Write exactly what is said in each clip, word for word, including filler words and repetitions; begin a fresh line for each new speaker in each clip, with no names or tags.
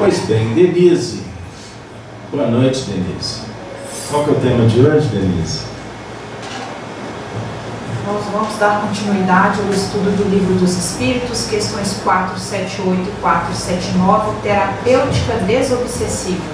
Pois bem, Denise. Boa noite, Denise. Qual que é o tema de hoje, Denise?
Nós vamos dar continuidade ao estudo do Livro dos Espíritos, questões quatro sete oito e quatro sete nove, terapêutica desobsessiva.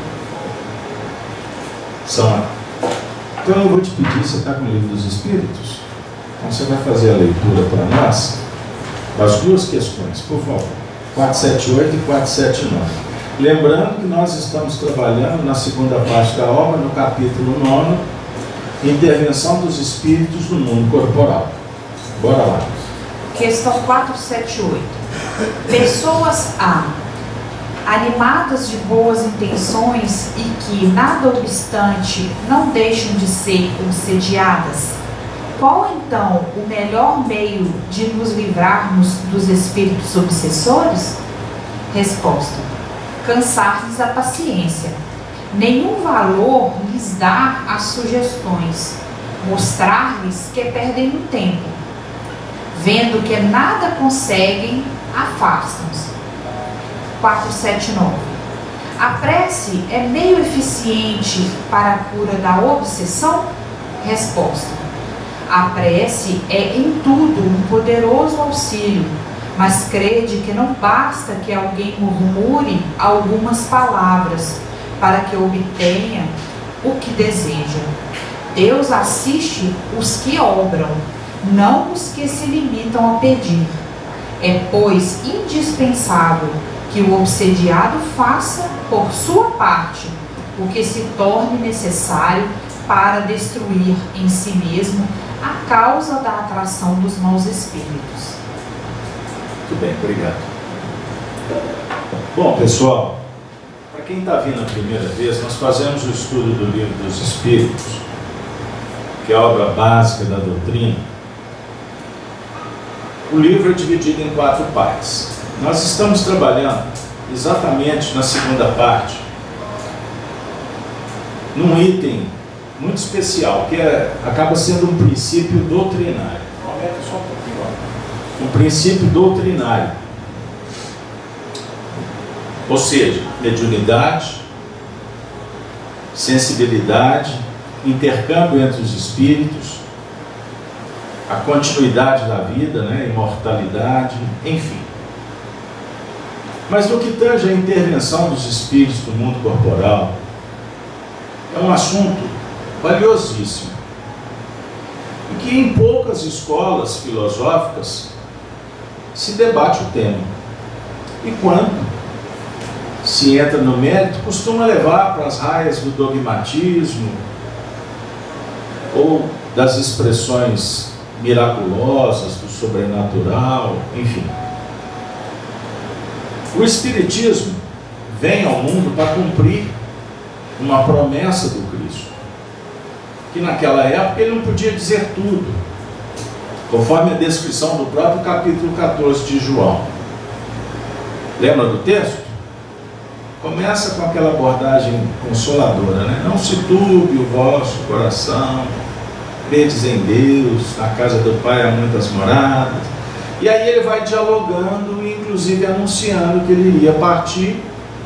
São. Então eu vou te pedir, você está com o Livro dos Espíritos? Então você vai fazer a leitura para nós das duas questões, por favor. quatro sete oito e quatro sete nove. Lembrando que nós estamos trabalhando na segunda parte da obra, no capítulo nove, Intervenção dos Espíritos no Mundo Corporal. Bora lá.
Questão quatro sete oito. Pessoas A, animadas de boas intenções e que, nada obstante, não deixam de ser obsediadas. Qual então o melhor meio de nos livrarmos dos espíritos obsessores? Resposta: cansar-lhes a paciência. Nenhum valor lhes dar as sugestões, mostrar-lhes que perdem o tempo. Vendo que nada conseguem, afastam-se. quatro sete nove. A prece é meio eficiente para a cura da obsessão? Resposta: a prece é em tudo um poderoso auxílio, mas crede que não basta que alguém murmure algumas palavras para que obtenha o que deseja. Deus assiste os que obram, não os que se limitam a pedir. É, pois, indispensável que o obsediado faça, por sua parte, o que se torne necessário para destruir em si mesmo a causa da atração dos maus espíritos.
Muito bem, obrigado. Bom, pessoal, para quem está vindo a primeira vez, nós fazemos o estudo do Livro dos Espíritos, que é a obra básica da doutrina. O livro é dividido em quatro partes. Nós estamos trabalhando exatamente na segunda parte, num item muito especial, que é, acaba sendo um princípio doutrinário. Aumenta só um pouquinho, ó. Um princípio doutrinário. Ou seja, mediunidade, sensibilidade, intercâmbio entre os espíritos, a continuidade da vida, né, imortalidade, enfim. Mas no que tange a intervenção dos espíritos no mundo corporal, é um assunto valiosíssimo, e que em poucas escolas filosóficas se debate o tema. E quando se entra no mérito, costuma levar para as raias do dogmatismo ou das expressões miraculosas, do sobrenatural, enfim. O Espiritismo vem ao mundo para cumprir uma promessa do Cristo, que naquela época ele não podia dizer tudo, conforme a descrição do próprio capítulo quatorze de João. Lembra do texto? Começa com aquela abordagem consoladora, né? Não se turbe o vosso coração, credes em Deus, na casa do Pai há muitas moradas. E aí ele vai dialogando, inclusive anunciando que ele iria partir,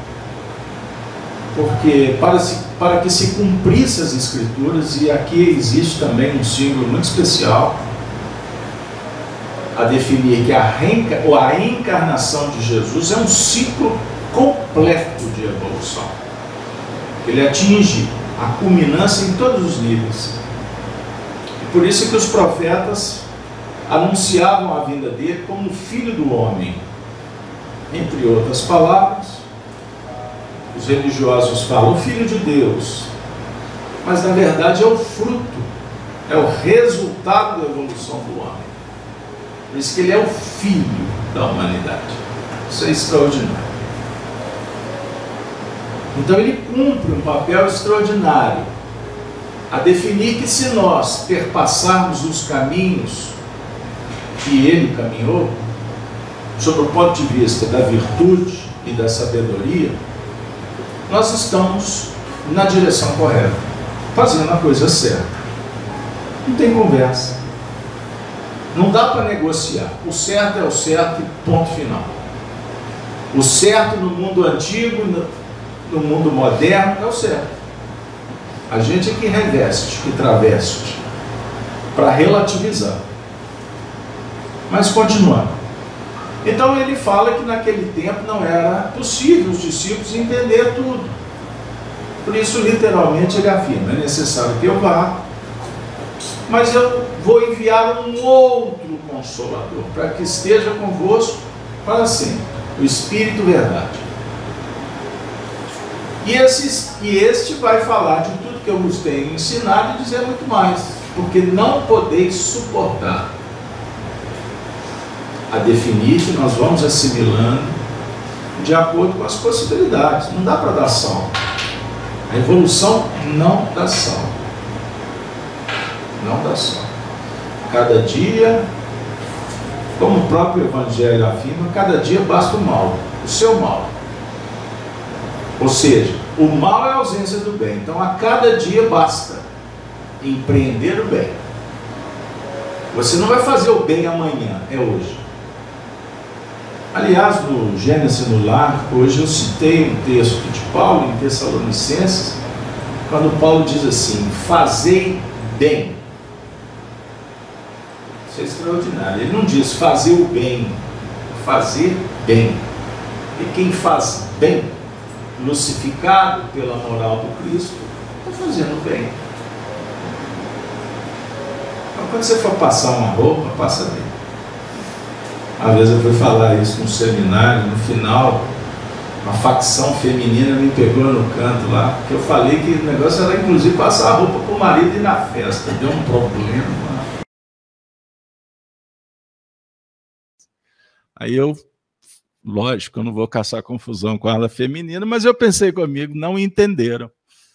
porque para, se, para que se cumprisse as Escrituras, e aqui existe também um símbolo muito especial, a definir que a, reenca, ou a encarnação de Jesus é um ciclo completo de evolução. Ele atinge a culminância em todos os níveis. E por isso que os profetas anunciavam a vinda dele como o Filho do Homem. Entre outras palavras, os religiosos falam o Filho de Deus, mas na verdade é o fruto, é o resultado da evolução do homem. Por isso que ele é o Filho da humanidade. Isso é extraordinário. Então ele cumpre um papel extraordinário, a definir que se nós perpassarmos os caminhos que ele caminhou, sob o ponto de vista da virtude e da sabedoria, nós estamos na direção correta, fazendo a coisa certa. Não tem conversa. Não dá para negociar. O certo é o certo e ponto final. O certo no mundo antigo, no, no mundo moderno, é o certo. A gente é que reveste, que traveste, para relativizar. Mas continuando. Então ele fala que naquele tempo não era possível os discípulos entender tudo. Por isso, literalmente, ele afirma: é necessário que eu vá, mas eu vou enviar um outro Consolador, para que esteja convosco para sempre, o Espírito Verdade. E, esses, e este vai falar de tudo que eu vos tenho ensinado e dizer muito mais, porque não podeis suportar. A definir que nós vamos assimilando de acordo com as possibilidades. Não dá para dar salto. A evolução não dá salto. Não dá salto. Cada dia, como o próprio Evangelho afirma, cada dia basta o mal, o seu mal. Ou seja, o mal é a ausência do bem. Então a cada dia basta empreender o bem. Você não vai fazer o bem amanhã, é hoje. Aliás, no Gênesis no Lar, hoje eu citei um texto de Paulo em Tessalonicenses, quando Paulo diz assim: fazei bem. Isso é extraordinário. Ele não diz fazer o bem, fazer bem. E quem faz bem, lucificado pela moral do Cristo, está fazendo bem. Então, quando você for passar uma roupa, passa bem. Uma vez eu fui falar isso num seminário, no final, uma facção feminina me pegou no canto lá, porque eu falei que o negócio era inclusive passar a roupa para o marido ir na festa. Deu um problema. Aí eu, lógico, eu não vou caçar confusão com a ala feminina, mas eu pensei comigo, não entenderam.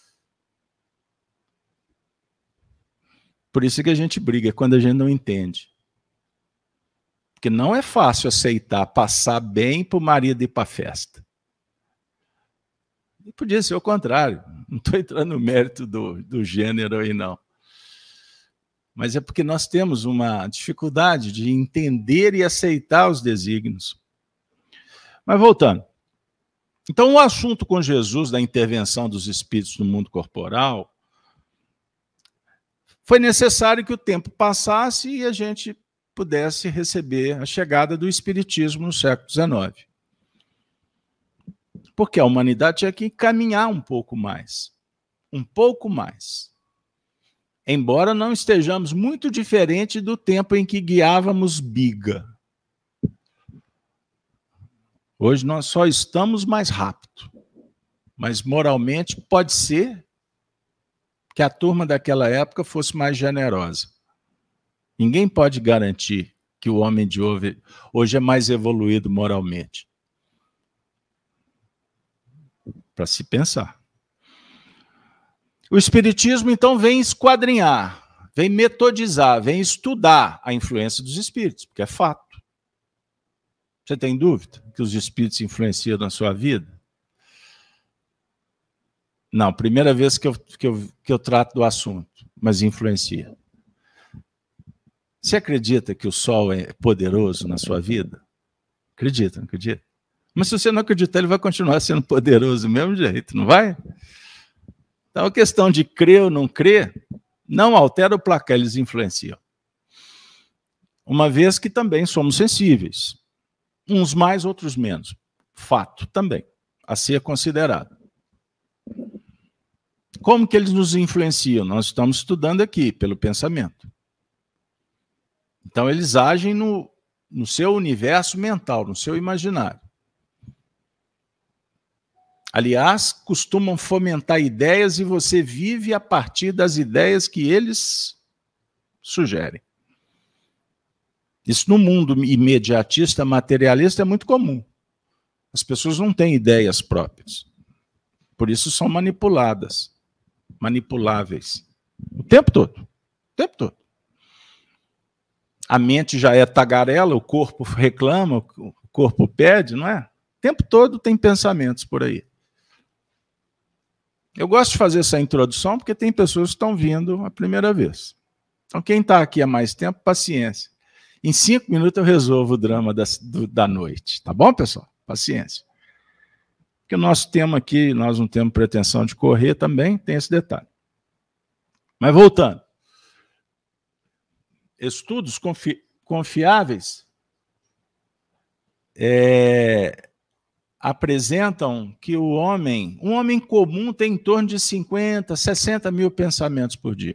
Por isso que a gente briga, quando a gente não entende. Porque não é fácil aceitar passar bem para o marido ir para a festa. E podia ser o contrário. Não estou entrando no mérito do, do gênero aí, não. Mas é porque nós temos uma dificuldade de entender e aceitar os desígnios. Mas voltando. Então, o assunto com Jesus da intervenção dos espíritos no mundo corporal, foi necessário que o tempo passasse e a gente pudesse receber a chegada do Espiritismo no século dezenove. Porque a humanidade tinha que caminhar um pouco mais. Um pouco mais. Embora não estejamos muito diferente do tempo em que guiávamos biga. Hoje nós só estamos mais rápido. Mas moralmente pode ser que a turma daquela época fosse mais generosa. Ninguém pode garantir que o homem de hoje, hoje é mais evoluído moralmente. Para se pensar. O Espiritismo, então, vem esquadrinhar, vem metodizar, vem estudar a influência dos espíritos, porque é fato. Você tem dúvida que os espíritos influenciam na sua vida? Não, primeira vez que eu, que eu, que eu trato do assunto, mas influencia. Você acredita que o sol é poderoso na sua vida? Acredita, não acredita? Mas se você não acreditar, ele vai continuar sendo poderoso do mesmo jeito, não vai? Então, a questão de crer ou não crer não altera o placar, eles influenciam. Uma vez que também somos sensíveis. Uns mais, outros menos. Fato também, a ser considerado. Como que eles nos influenciam? Nós estamos estudando aqui, pelo pensamento. Então, eles agem no, no seu universo mental, no seu imaginário. Aliás, costumam fomentar ideias e você vive a partir das ideias que eles sugerem. Isso no mundo imediatista, materialista, é muito comum. As pessoas não têm ideias próprias. Por isso são manipuladas, manipuláveis. O tempo todo. O tempo todo. A mente já é tagarela, o corpo reclama, o corpo pede, não é? O tempo todo tem pensamentos por aí. Eu gosto de fazer essa introdução porque tem pessoas que estão vindo a primeira vez. Então, quem está aqui há mais tempo, paciência. Em cinco minutos eu resolvo o drama da, do, da noite. Tá bom, pessoal? Paciência. Porque o nosso tema aqui, nós não temos pretensão de correr também, tem esse detalhe. Mas voltando. Estudos confi confiáveis é, apresentam que o homem, um homem comum tem em torno de cinquenta, sessenta mil pensamentos por dia.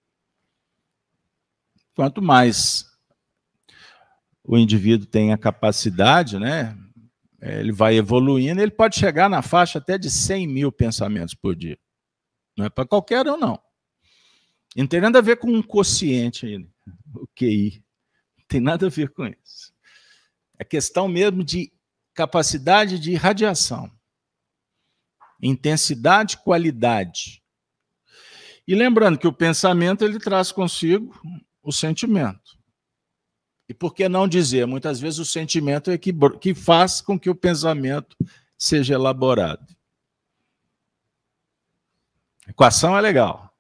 Quanto mais o indivíduo tem a capacidade, né, ele vai evoluindo, ele pode chegar na faixa até de cem mil pensamentos por dia. Não é para qualquer um, não. Não tem nada a ver com um quociente aí, o Q I. Não tem nada a ver com isso. É questão mesmo de capacidade de irradiação, intensidade e qualidade. E lembrando que o pensamento ele traz consigo o sentimento. E por que não dizer? Muitas vezes o sentimento é que, que faz com que o pensamento seja elaborado. A equação é legal.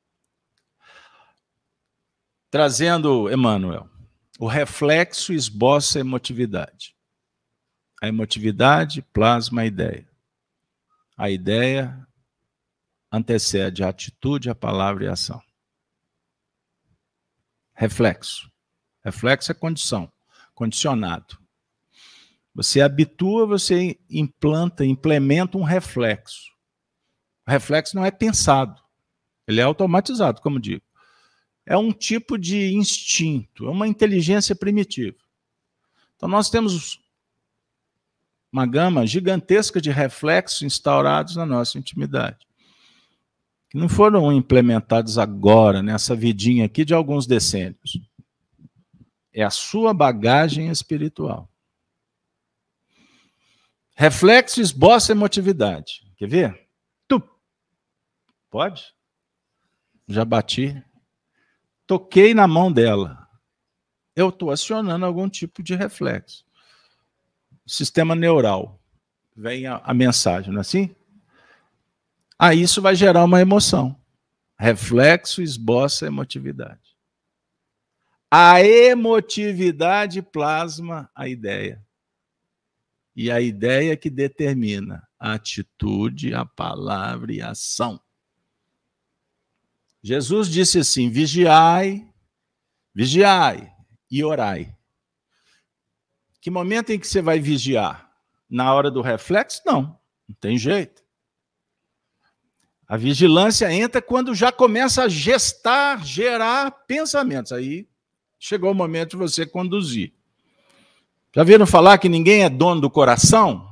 Trazendo, Emmanuel, o reflexo esboça a emotividade. A emotividade plasma a ideia. A ideia antecede a atitude, a palavra e a ação. Reflexo. Reflexo é condição, condicionado. Você habitua, você implanta, implementa um reflexo. O reflexo não é pensado, ele é automatizado, como digo. É um tipo de instinto, é uma inteligência primitiva. Então nós temos uma gama gigantesca de reflexos instaurados na nossa intimidade, que não foram implementados agora, nessa vidinha aqui de alguns decênios. É a sua bagagem espiritual. Reflexo esboça emotividade. Quer ver? Tu. Pode? Já bati. Toquei na mão dela. Eu estou acionando algum tipo de reflexo. Sistema neural. Vem a, a mensagem, não é assim? Aí isso vai gerar uma emoção. Reflexo esboça emotividade. A emotividade plasma a ideia. E a ideia que determina a atitude, a palavra e a ação. Jesus disse assim, vigiai, vigiai e orai. Que momento em que você vai vigiar? Na hora do reflexo? Não, não tem jeito. A vigilância entra quando já começa a gestar, gerar pensamentos. Aí chegou o momento de você conduzir. Já viram falar que ninguém é dono do coração?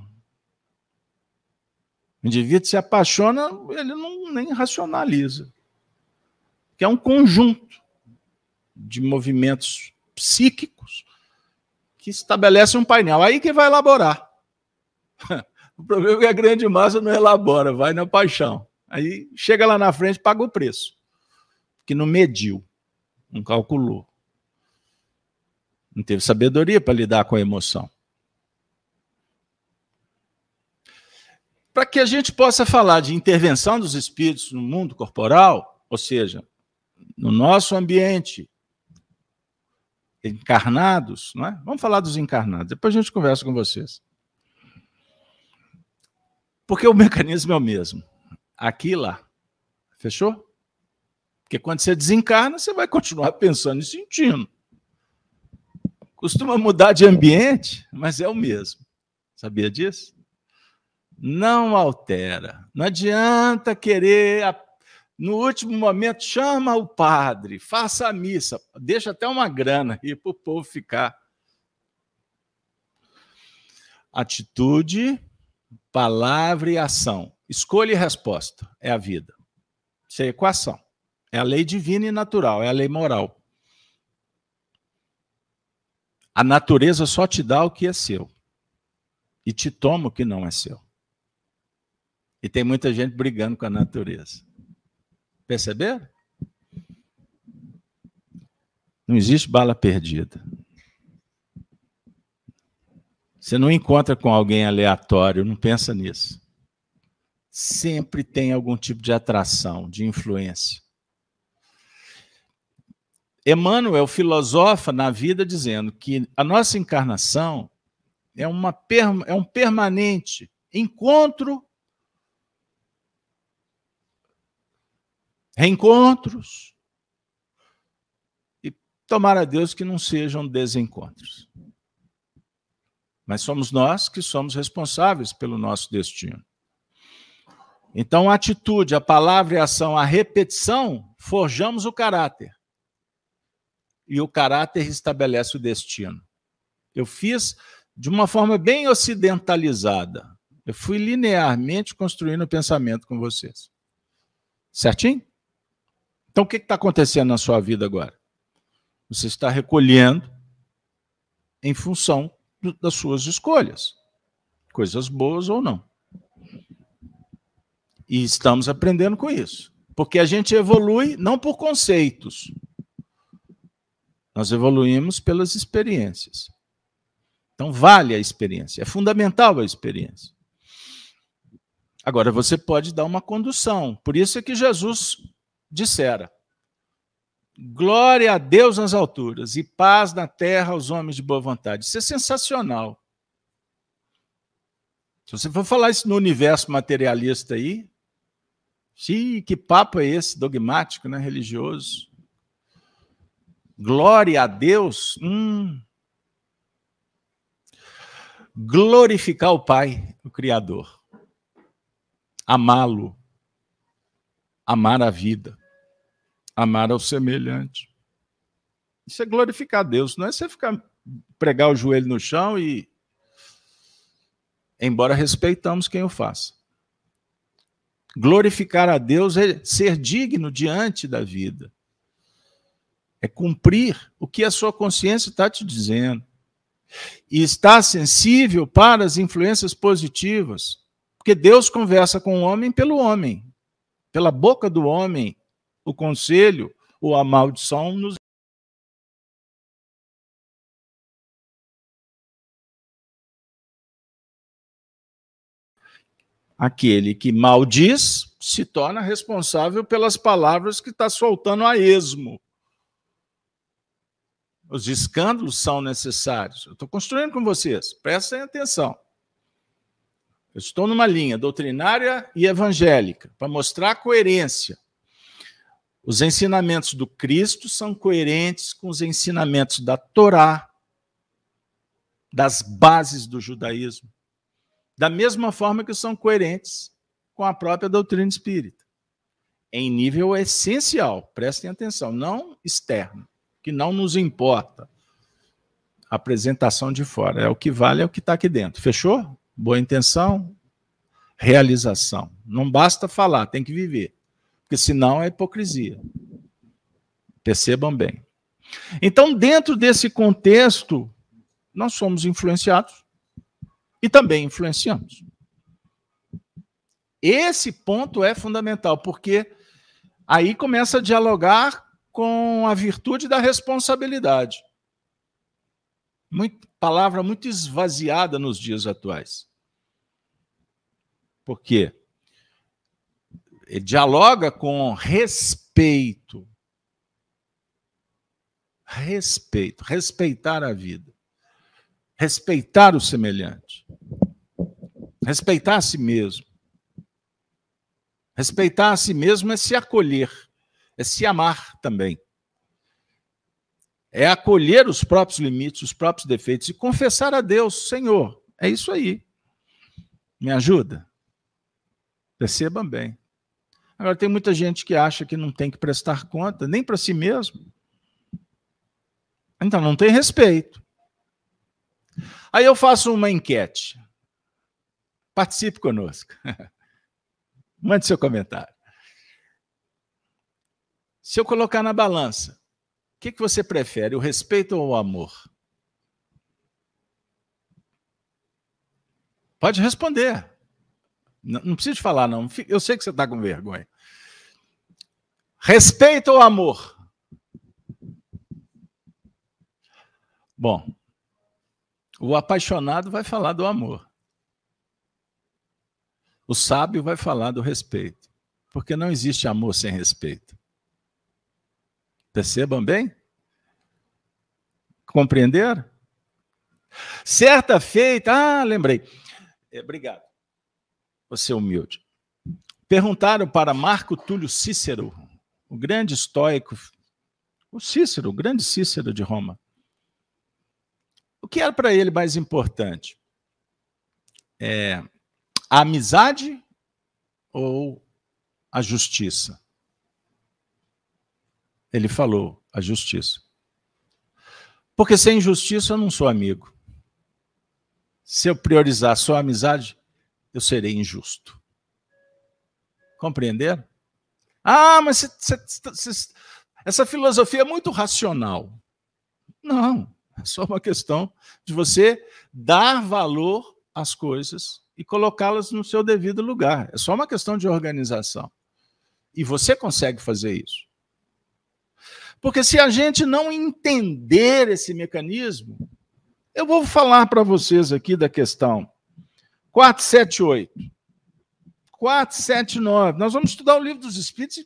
O indivíduo se apaixona, ele não nem racionaliza. Que é um conjunto de movimentos psíquicos que estabelece um painel. Aí que vai elaborar. O problema é que a grande massa não elabora, vai na paixão. Aí chega lá na frente, paga o preço. Que não mediu, não calculou. Não teve sabedoria para lidar com a emoção. Para que a gente possa falar de intervenção dos espíritos no mundo corporal, ou seja, no nosso ambiente, encarnados, não é? Vamos falar dos encarnados, depois a gente conversa com vocês. Porque o mecanismo é o mesmo. Aqui e lá. Fechou? Porque quando você desencarna, você vai continuar pensando e sentindo. Costuma mudar de ambiente, mas é o mesmo. Sabia disso? Não altera. Não adianta querer, no último momento, chama o padre, faça a missa, deixa até uma grana aí para o povo ficar. Atitude, palavra e ação. Escolha e resposta. É a vida. Isso é equação. É a lei divina e natural, é a lei moral. A natureza só te dá o que é seu. E te toma o que não é seu. E tem muita gente brigando com a natureza. Perceberam? Não existe bala perdida. Você não encontra com alguém aleatório, não pensa nisso. Sempre tem algum tipo de atração, de influência. Emmanuel filosofa na vida dizendo que a nossa encarnação é, uma, é um permanente encontro reencontros, e tomara a Deus que não sejam desencontros. Mas somos nós que somos responsáveis pelo nosso destino. Então, a atitude, a palavra e a ação, a repetição, forjamos o caráter. E o caráter estabelece o destino. Eu fiz de uma forma bem ocidentalizada. Eu fui linearmente construindo o pensamento com vocês. Certinho? Então, o que está acontecendo na sua vida agora? Você está recolhendo em função das suas escolhas. Coisas boas ou não. E estamos aprendendo com isso. Porque a gente evolui não por conceitos. Nós evoluímos pelas experiências. Então, vale a experiência. É fundamental a experiência. Agora, você pode dar uma condução. Por isso é que Jesus dissera: glória a Deus nas alturas e paz na terra aos homens de boa vontade. Isso é sensacional. Se você for falar isso no universo materialista aí, xiii, que papo é esse, dogmático, né, religioso? Glória a Deus, hum. Glorificar o Pai, o Criador. Amá-lo. Amar a vida. Amar ao semelhante. Isso é glorificar a Deus, não é você ficar, pregar o joelho no chão e, embora respeitamos quem o faça. Glorificar a Deus é ser digno diante da vida. É cumprir o que a sua consciência está te dizendo. E estar sensível para as influências positivas. Porque Deus conversa com o homem pelo homem. Pela boca do homem, o conselho ou a maldição nos... Aquele que maldiz se torna responsável pelas palavras que está soltando a esmo. Os escândalos são necessários. Eu estou construindo com vocês, prestem atenção. Eu estou numa linha doutrinária e evangélica, para mostrar a coerência. Os ensinamentos do Cristo são coerentes com os ensinamentos da Torá, das bases do judaísmo, da mesma forma que são coerentes com a própria doutrina espírita, em nível essencial, prestem atenção, não externo, que não nos importa a apresentação de fora, é o que vale, é o que está aqui dentro. Fechou? Boa intenção, realização. Não basta falar, tem que viver, porque senão é hipocrisia. Percebam bem. Então, dentro desse contexto, nós somos influenciados e também influenciamos. Esse ponto é fundamental, porque aí começa a dialogar com a virtude da responsabilidade. Muito, palavra muito esvaziada nos dias atuais. Por quê? Ele dialoga com respeito. Respeito. Respeitar a vida. Respeitar o semelhante. Respeitar a si mesmo. Respeitar a si mesmo é se acolher, é se amar também. É acolher os próprios limites, os próprios defeitos e confessar a Deus, Senhor, é isso aí. Me ajuda? Percebam bem. Agora, tem muita gente que acha que não tem que prestar conta, nem para si mesmo. Então, não tem respeito. Aí eu faço uma enquete. Participe conosco. Mande seu comentário. Se eu colocar na balança, o que, que você prefere, o respeito ou o amor? Pode responder. Não, não precisa falar, não. Eu sei que você está com vergonha. Respeito ou amor? Bom, o apaixonado vai falar do amor. O sábio vai falar do respeito, porque não existe amor sem respeito. Percebam bem? Compreenderam? Certa feita, ah, lembrei. É, obrigado. Você é humilde. Perguntaram para Marco Túlio Cícero, o grande estoico, o Cícero, o grande Cícero de Roma. O que era para ele mais importante? É, a amizade ou a justiça? Ele falou, a justiça. Porque sem justiça eu não sou amigo. Se eu priorizar só a amizade, eu serei injusto. Compreenderam? Ah, mas cê, cê, cê, essa filosofia é muito racional. Não, é só uma questão de você dar valor às coisas e colocá-las no seu devido lugar. É só uma questão de organização. E você consegue fazer isso. Porque se a gente não entender esse mecanismo, eu vou falar para vocês aqui da questão quatrocentos e setenta e oito. quatrocentos e setenta e nove. Nós vamos estudar o Livro dos Espíritos.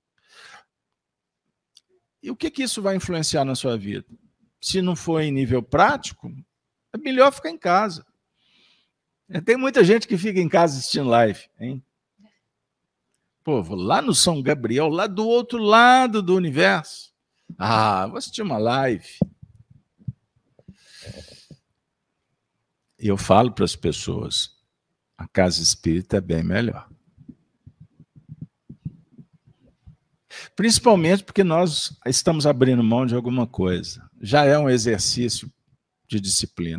E o que, que isso vai influenciar na sua vida? Se não for em nível prático, é melhor ficar em casa. Tem muita gente que fica em casa assistindo live, hein? Pô, vou lá no São Gabriel, lá do outro lado do universo. Ah, vou assistir uma live. E eu falo para as pessoas, a casa espírita é bem melhor. Principalmente porque nós estamos abrindo mão de alguma coisa. Já é um exercício de disciplina.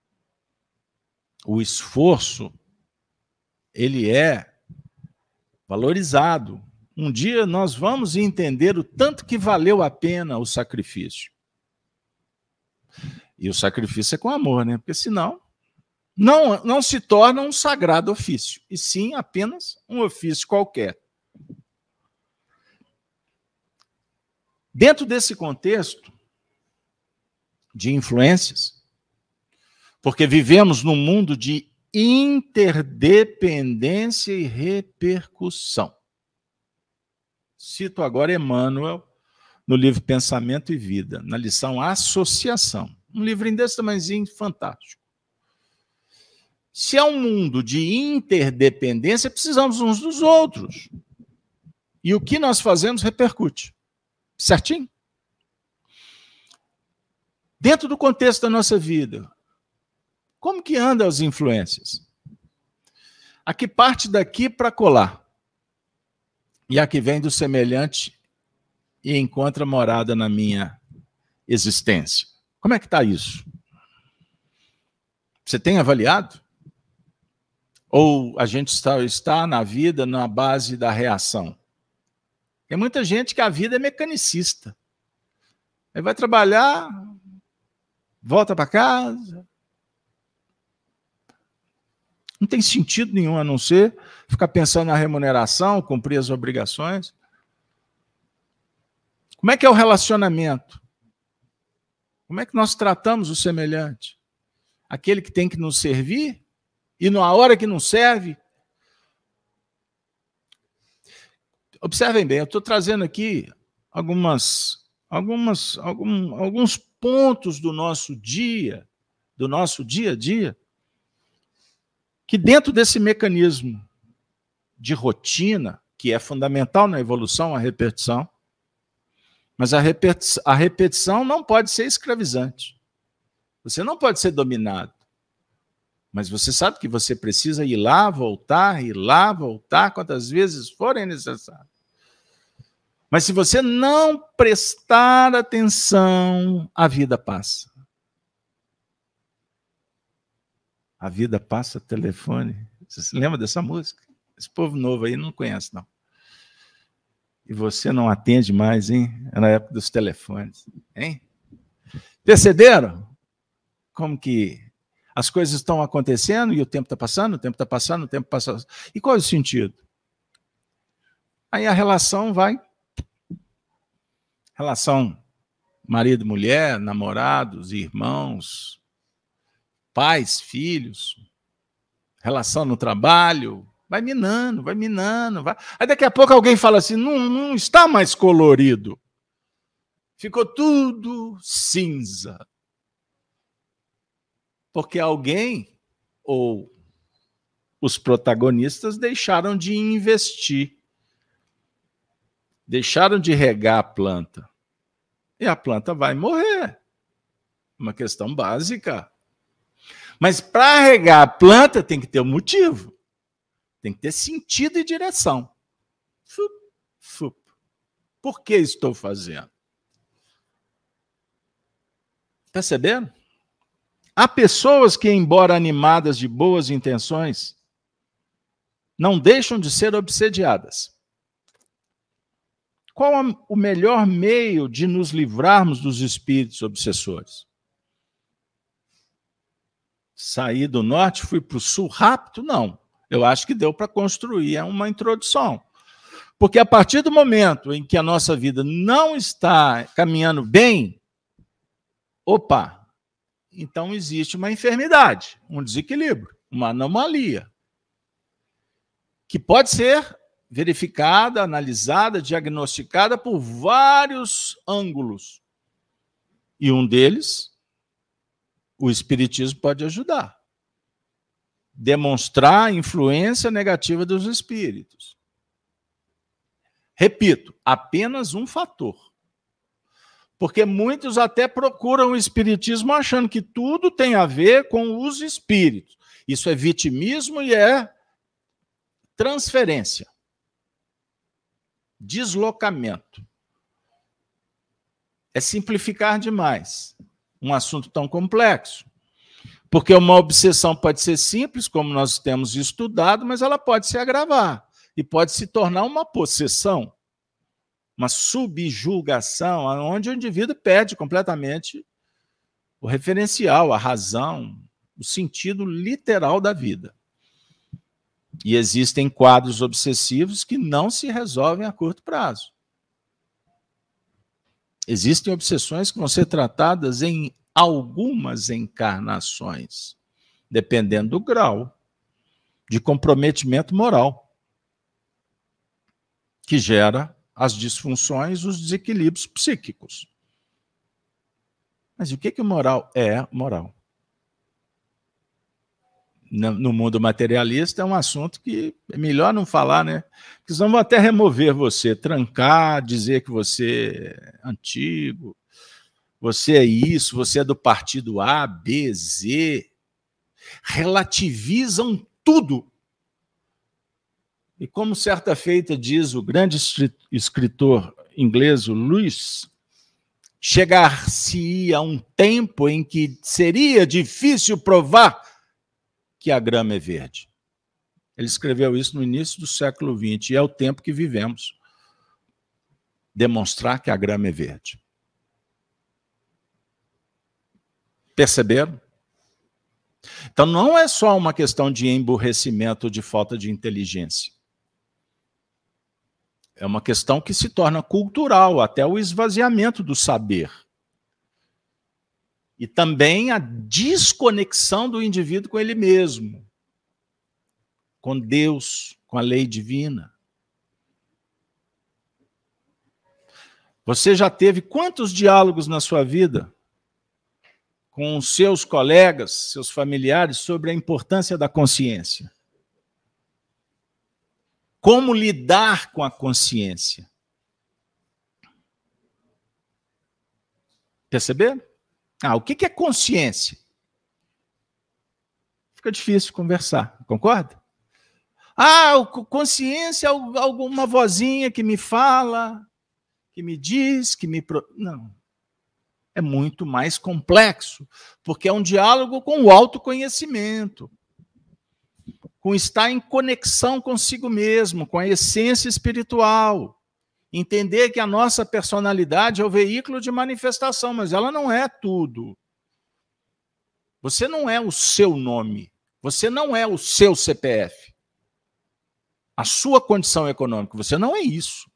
O esforço, ele é valorizado. Um dia nós vamos entender o tanto que valeu a pena o sacrifício. E o sacrifício é com amor, né? Porque senão não, não se torna um sagrado ofício, e sim apenas um ofício qualquer. Dentro desse contexto de influências, porque vivemos num mundo de interdependência e repercussão. Cito agora Emmanuel no livro Pensamento e Vida, na lição Associação. Um livrinho desse tamanhozinho fantástico. Se é um mundo de interdependência, precisamos uns dos outros. E o que nós fazemos repercute. Certinho? Dentro do contexto da nossa vida, como que andam as influências? A que parte daqui para colar? E a que vem do semelhante e encontra morada na minha existência. Como é que está isso? Você tem avaliado? Ou a gente está, está na vida na base da reação? Tem muita gente que a vida é mecanicista. Aí vai trabalhar, volta para casa. Não tem sentido nenhum a não ser ficar pensando na remuneração, cumprir as obrigações. Como é que é o relacionamento? Como é que nós tratamos o semelhante? Aquele que tem que nos servir e na hora que não serve. Observem bem, eu estou trazendo aqui algumas, algumas, algum, alguns pontos do nosso dia, do nosso dia a dia, que dentro desse mecanismo de rotina, que é fundamental na evolução, a repetição, mas a repetição, a repetição não pode ser escravizante. Você não pode ser dominado. Mas você sabe que você precisa ir lá, voltar, ir lá, voltar, quantas vezes forem necessárias. Mas se você não prestar atenção, a vida passa. A vida passa, telefone. Você se lembra dessa música? Esse povo novo aí não conhece, não. E você não atende mais, hein? É na época dos telefones, hein? Perceberam como que as coisas estão acontecendo e o tempo está passando, o tempo está passando, o tempo está passando. E qual é o sentido? Aí a relação vai. Relação marido, mulher, namorados, irmãos, pais, filhos, relação no trabalho, vai minando, vai minando. Vai... Aí daqui a pouco alguém fala assim, não, não está mais colorido. Ficou tudo cinza. Porque alguém, ou os protagonistas, deixaram de investir deixaram de regar a planta. E a planta vai morrer. Uma questão básica. Mas para regar a planta tem que ter um motivo. Tem que ter sentido e direção. Fup, fup. Por que estou fazendo? Perceberam? Há pessoas que, embora animadas de boas intenções, não deixam de ser obsediadas. Qual o melhor meio de nos livrarmos dos espíritos obsessores? Saí do norte, fui para o sul rápido? Não. Eu acho que deu para construir uma introdução. Porque a partir do momento em que a nossa vida não está caminhando bem, opa, então existe uma enfermidade, um desequilíbrio, uma anomalia, que pode ser verificada, analisada, diagnosticada por vários ângulos. E um deles, o Espiritismo pode ajudar. Demonstrar a influência negativa dos espíritos. Repito, apenas um fator. Porque muitos até procuram o Espiritismo achando que tudo tem a ver com os espíritos. Isso é vitimismo e é transferência. Deslocamento. É simplificar demais um assunto tão complexo. Porque uma obsessão pode ser simples, como nós temos estudado, mas ela pode se agravar e pode se tornar uma possessão, uma subjugação, onde o indivíduo perde completamente o referencial, a razão, o sentido literal da vida. E existem quadros obsessivos que não se resolvem a curto prazo. Existem obsessões que vão ser tratadas em algumas encarnações, dependendo do grau de comprometimento moral, que gera as disfunções, os desequilíbrios psíquicos. Mas o que que moral é moral? No mundo materialista é um assunto que é melhor não falar, né? Porque senão vão até remover você, trancar, dizer que você é antigo, você é isso, você é do partido A, B, Z. Relativizam tudo. E como certa feita diz o grande escritor inglês, o Lewis, chegar-se-ia um tempo em que seria difícil provar que a grama é verde. Ele escreveu isso no início do século vinte, e é o tempo que vivemos. Demonstrar que a grama é verde. Perceberam? Então não é só uma questão de emburrecimento ou de falta de inteligência. É uma questão que se torna cultural, até o esvaziamento do saber. E também a desconexão do indivíduo com ele mesmo, com Deus, com a lei divina. Você já teve quantos diálogos na sua vida com os seus colegas, seus familiares, sobre a importância da consciência? Como lidar com a consciência? Perceberam? Ah, o que é consciência? Fica difícil conversar, concorda? Ah, consciência é alguma vozinha que me fala, que me diz, que me... Pro... Não. É muito mais complexo, porque é um diálogo com o autoconhecimento, com estar em conexão consigo mesmo, com a essência espiritual. Entender que a nossa personalidade é o veículo de manifestação, mas ela não é tudo. Você não é o seu nome, você não é o seu C P F. A sua condição econômica, você não é isso.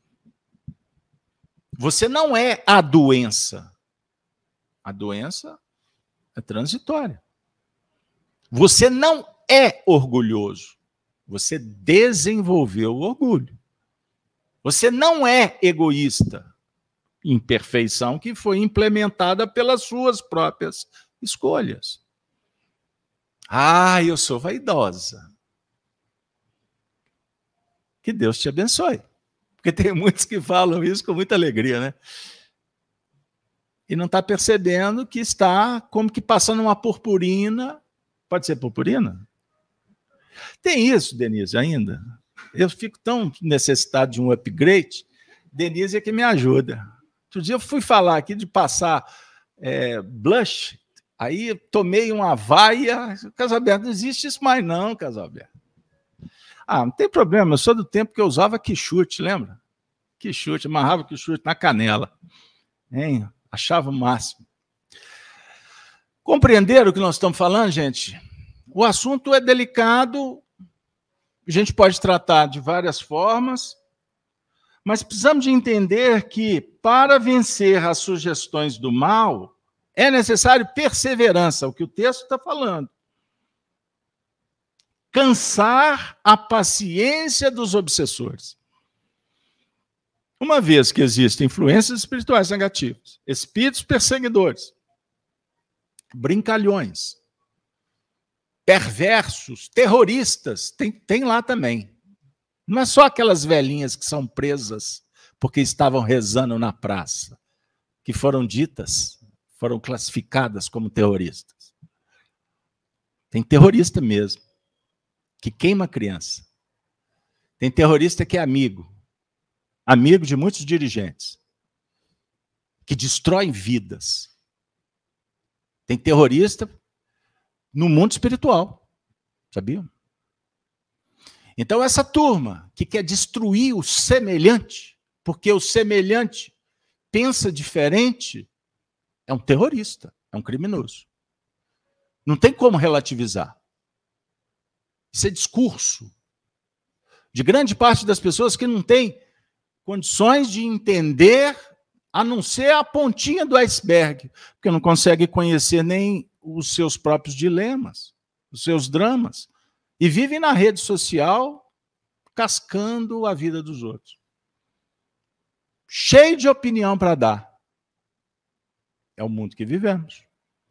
Você não é a doença. A doença é transitória. Você não é orgulhoso. Você desenvolveu o orgulho. Você não é egoísta. Imperfeição que foi implementada pelas suas próprias escolhas. Ah, eu sou vaidosa. Que Deus te abençoe.
Porque tem muitos que falam isso com muita alegria, né? E não está percebendo que está como que passando uma purpurina. Pode ser purpurina? Tem isso, Denise, ainda. Eu fico tão necessitado de um upgrade. Denise é que me ajuda. Outro dia eu fui falar aqui de passar é, blush, aí tomei uma vaia. Casalberto, não existe isso mais não, Casalberto. Ah, não tem problema, eu sou do tempo que eu usava quichute, lembra? Quichute, amarrava quichute na canela. Hein? Achava o máximo. Compreenderam o que nós estamos falando, gente? O assunto é delicado, a gente pode tratar de várias formas, mas precisamos de entender que, para vencer as sugestões do mal, é necessário perseverança, o que o texto está falando. Cansar a paciência dos obsessores. Uma vez que existem influências espirituais negativas, espíritos perseguidores, brincalhões, perversos, terroristas, tem, tem lá também. Não é só aquelas velhinhas que são presas porque estavam rezando na praça, que foram ditas, foram classificadas como terroristas. Tem terrorista mesmo, que queima criança. Tem terrorista que é amigo, amigo de muitos dirigentes, que destroem vidas. Tem terrorista no mundo espiritual, sabia? Então, essa turma que quer destruir o semelhante, porque o semelhante pensa diferente, é um terrorista, é um criminoso. Não tem como relativizar. Isso é discurso de grande parte das pessoas que não tem condições de entender, a não ser a pontinha do iceberg, porque não consegue conhecer nem os seus próprios dilemas, os seus dramas, e vivem na rede social cascando a vida dos outros. Cheio de opinião para dar. É o mundo que vivemos.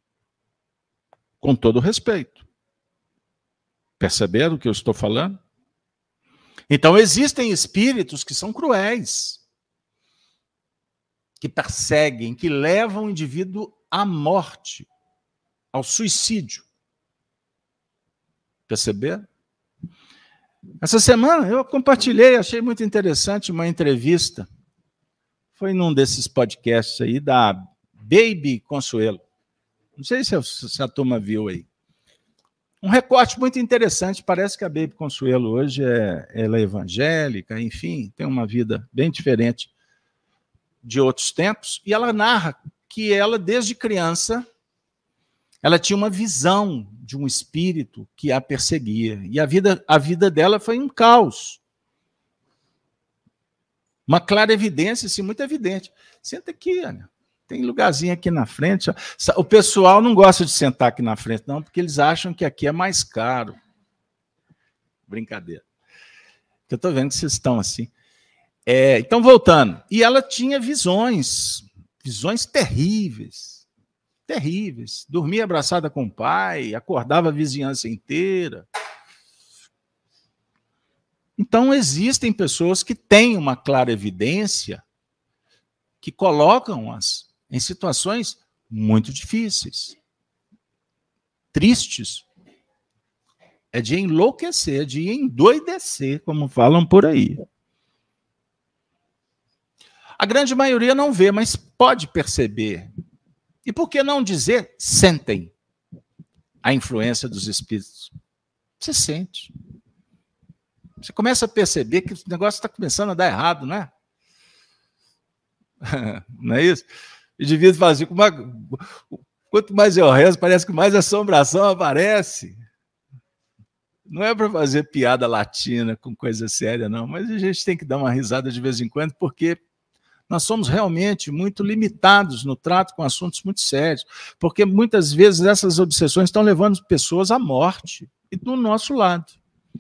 Com todo respeito. Perceberam o que eu estou falando? Então, existem espíritos que são cruéis, que perseguem, que levam o indivíduo à morte, ao suicídio. Perceberam? Essa semana eu compartilhei, achei muito interessante uma entrevista. Foi num desses podcasts aí da Baby Consuelo. Não sei se a, se a turma viu aí. Um recorte muito interessante. Parece que a Baby Consuelo hoje é, ela é evangélica, enfim, tem uma vida bem diferente de outros tempos. E ela narra que ela, desde criança, ela tinha uma visão de um espírito que a perseguia. E a vida, a vida dela foi um caos. Uma clara evidência, assim, muito evidente. Senta aqui, Ana. Tem lugarzinho aqui na frente. O pessoal não gosta de sentar aqui na frente, não, porque eles acham que aqui é mais caro. Brincadeira. Eu estou vendo que vocês estão assim. É, então, voltando. E ela tinha visões, visões terríveis. Terríveis. Dormia abraçada com o pai, acordava a vizinhança inteira. Então, existem pessoas que têm uma clara evidência, que colocam-as em situações muito difíceis, tristes. É de enlouquecer, de endoidecer, como falam por aí. A grande maioria não vê, mas pode perceber. E por que não dizer, sentem a influência dos espíritos? Você sente. Você começa a perceber que o negócio está começando a dar errado, não é? Não é isso? E devia fazer, uma... quanto mais eu rezo, parece que mais assombração aparece. Não é para fazer piada latina com coisa séria, não, mas a gente tem que dar uma risada de vez em quando, porque nós somos realmente muito limitados no trato com assuntos muito sérios, porque muitas vezes essas obsessões estão levando pessoas à morte, e do nosso lado.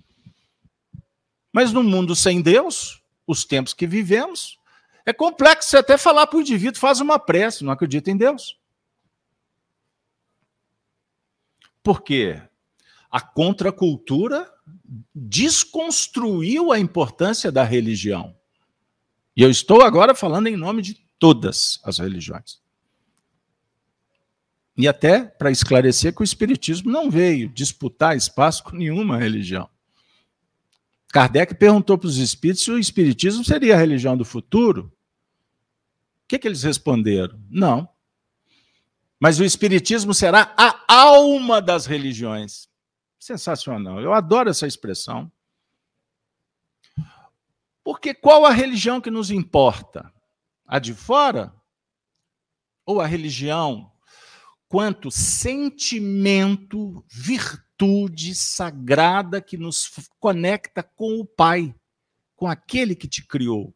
Mas no mundo sem Deus, os tempos que vivemos, é complexo até falar para o indivíduo, faz uma prece, não acredita em Deus. Por quê? A contracultura desconstruiu a importância da religião. E eu estou agora falando em nome de todas as religiões. E até para esclarecer que o Espiritismo não veio disputar espaço com nenhuma religião. Kardec perguntou para os espíritos se o Espiritismo seria a religião do futuro. O que, que eles responderam? Não. Mas o Espiritismo será a alma das religiões. Sensacional. Eu adoro essa expressão. Porque qual a religião que nos importa? A de fora? Ou a religião quanto sentimento, virtude sagrada que nos conecta com o Pai, com aquele que te criou?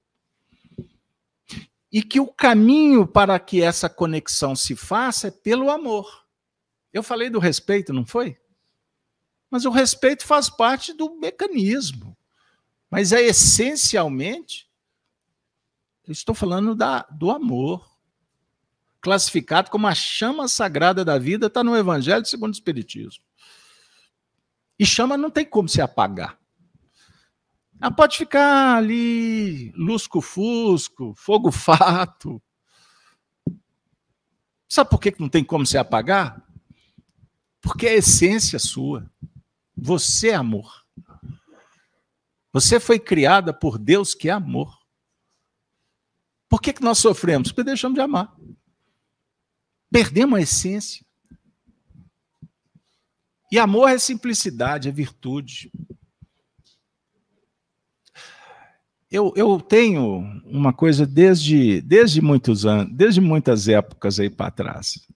E que o caminho para que essa conexão se faça é pelo amor. Eu falei do respeito, não foi? Mas o respeito faz parte do mecanismo. Mas é essencialmente, eu estou falando da, do amor, classificado como a chama sagrada da vida, está no Evangelho segundo o Espiritismo. E chama não tem como se apagar. Ela pode ficar ali, lusco-fusco, fogo-fato. Sabe por que não tem como se apagar? Porque é a essência sua. Você é amor. Você foi criada por Deus, que é amor. Por que que nós sofremos? Porque deixamos de amar. Perdemos a essência. E amor é simplicidade, é virtude. Eu, eu tenho uma coisa desde, desde muitos anos, desde muitas épocas aí para trás.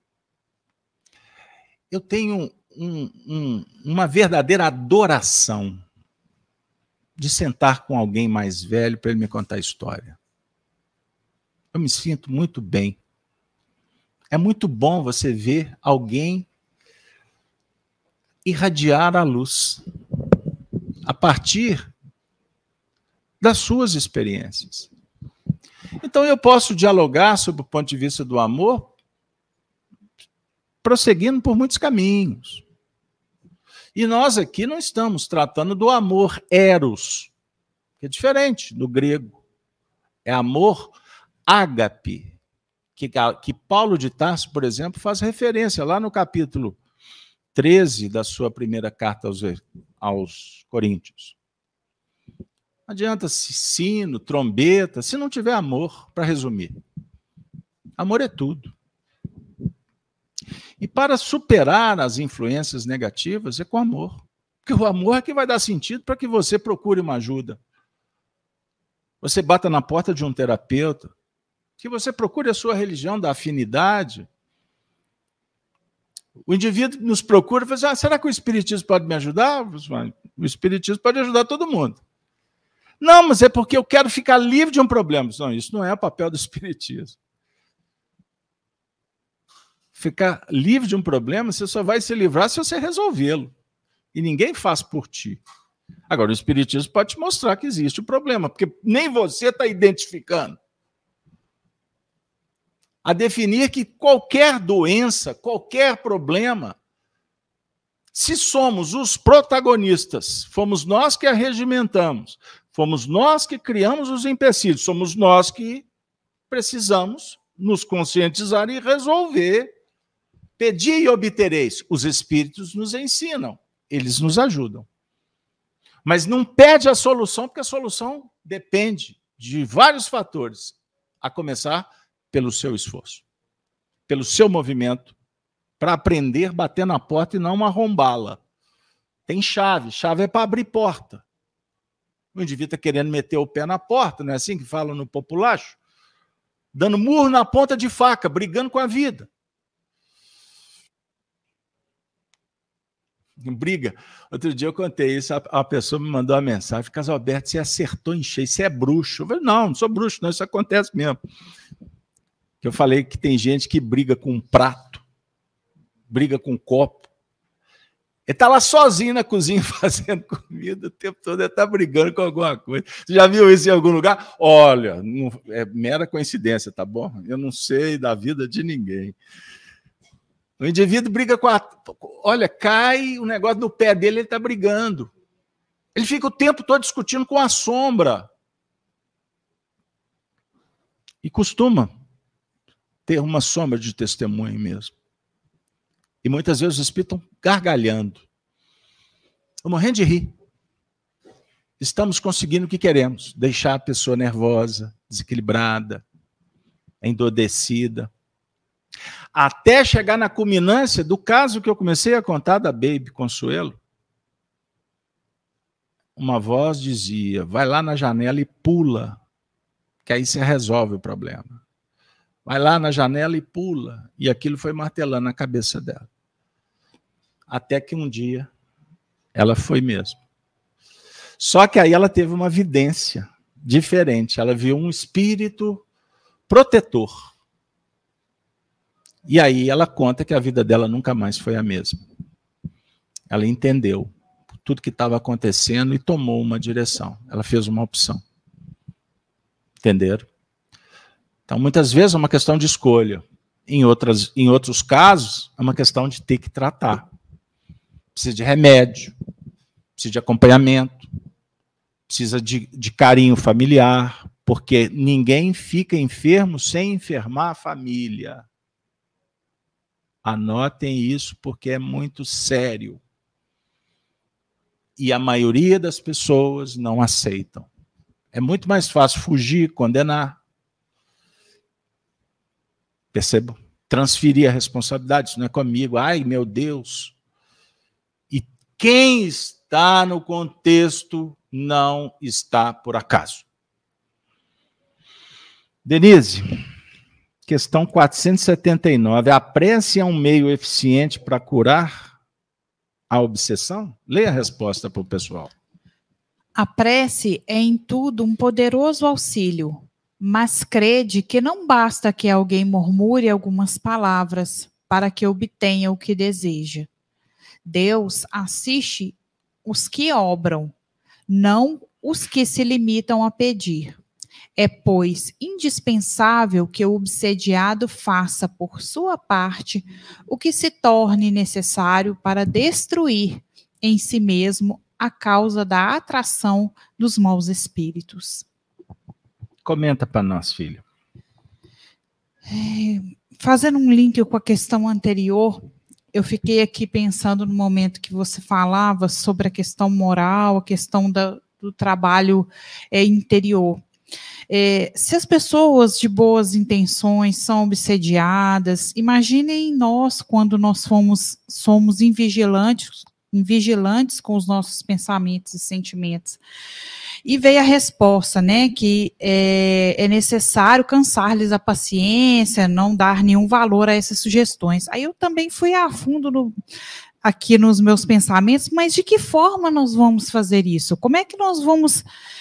Eu tenho um, um, uma verdadeira adoração de sentar com alguém mais velho para ele me contar a história. Eu me sinto muito bem. É muito bom você ver alguém irradiar a luz a partir das suas experiências. Então eu posso dialogar sobre o ponto de vista do amor prosseguindo por muitos caminhos. E nós aqui não estamos tratando do amor eros, que é diferente do grego. É amor ágape, que, que Paulo de Tarso, por exemplo, faz referência lá no capítulo treze da sua primeira carta aos, aos Coríntios. Não adianta sino, trombeta, se não tiver amor, para resumir. Amor é tudo. E para superar as influências negativas é com amor. Porque o amor é que vai dar sentido para que você procure uma ajuda. Você bata na porta de um terapeuta, que você procure a sua religião da afinidade. O indivíduo nos procura e fala assim, ah, será que o Espiritismo pode me ajudar? O Espiritismo pode ajudar todo mundo. Não, mas é porque eu quero ficar livre de um problema. Não, isso não é o papel do Espiritismo. Ficar livre de um problema, você só vai se livrar se você resolvê-lo. E ninguém faz por ti. Agora, o Espiritismo pode te mostrar que existe o problema, porque nem você está identificando. A definir que qualquer doença, qualquer problema, se somos os protagonistas, fomos nós que a regimentamos, fomos nós que criamos os empecilhos, somos nós que precisamos nos conscientizar e resolver. Pedi e obtereis. Os espíritos nos ensinam, eles nos ajudam. Mas não pede a solução, porque a solução depende de vários fatores, a começar pelo seu esforço, pelo seu movimento, para aprender a bater na porta e não arrombá-la. Tem chave, chave é para abrir porta. O indivíduo está querendo meter o pé na porta, não é assim que falam no populacho? Dando murro na ponta de faca, brigando com a vida. Briga. Outro dia eu contei isso, a pessoa me mandou uma mensagem, Casalberto, você acertou em cheio, você é bruxo. Eu falei, não, não sou bruxo, não, isso acontece mesmo. Eu falei que tem gente que briga com um prato, briga com um copo. Ele está lá sozinho na cozinha fazendo comida, o tempo todo ele está brigando com alguma coisa. Você já viu isso em algum lugar? Olha, não, é mera coincidência, tá bom? Eu não sei da vida de ninguém. O indivíduo briga com a... Olha, cai o negócio no pé dele, ele está brigando. Ele fica o tempo todo discutindo com a sombra. E costuma ter uma sombra de testemunho mesmo. E muitas vezes os espíritos estão gargalhando. Eu morrendo de rir. Estamos conseguindo o que queremos. Deixar a pessoa nervosa, desequilibrada, endurecida. Até chegar na culminância do caso que eu comecei a contar da Baby Consuelo. Uma voz dizia, vai lá na janela e pula, que aí você resolve o problema. Vai lá na janela e pula. E aquilo foi martelando na cabeça dela. Até que um dia, ela foi mesmo. Só que aí ela teve uma vidência diferente. Ela viu um espírito protetor. E aí ela conta que a vida dela nunca mais foi a mesma. Ela entendeu tudo que estava acontecendo e tomou uma direção. Ela fez uma opção. Entenderam? Então, muitas vezes é uma questão de escolha. Em, outras, em outros casos, é uma questão de ter que tratar. Precisa de remédio, precisa de acompanhamento, precisa de, de carinho familiar, porque ninguém fica enfermo sem enfermar a família. Anotem isso, porque é muito sério. E a maioria das pessoas não aceitam. É muito mais fácil fugir, condenar. Percebam? Transferir a responsabilidade, isso não é comigo. Ai, meu Deus. E quem está no contexto não está por acaso. Denise, questão quatrocentos e setenta e nove. A prece é um meio eficiente para curar a obsessão? Leia a resposta para o pessoal.
A prece é em tudo um poderoso auxílio, mas crede que não basta que alguém murmure algumas palavras para que obtenha o que deseja. Deus assiste os que obram, não os que se limitam a pedir. É, pois, indispensável que o obsediado faça, por sua parte, o que se torne necessário para destruir em si mesmo a causa da atração dos maus espíritos.
Comenta para nós, filho.
É, fazendo um link com a questão anterior, eu fiquei aqui pensando no momento que você falava sobre a questão moral, a questão da, do trabalho é, interior. É, se as pessoas de boas intenções são obsediadas, imaginem nós quando nós fomos, somos invigilantes, invigilantes com os nossos pensamentos e sentimentos. E veio a resposta, né, que é, é necessário cansar-lhes a paciência, não dar nenhum valor a essas sugestões. Aí eu também fui a fundo no, aqui nos meus pensamentos, mas de que forma nós vamos fazer isso? Como é que nós vamos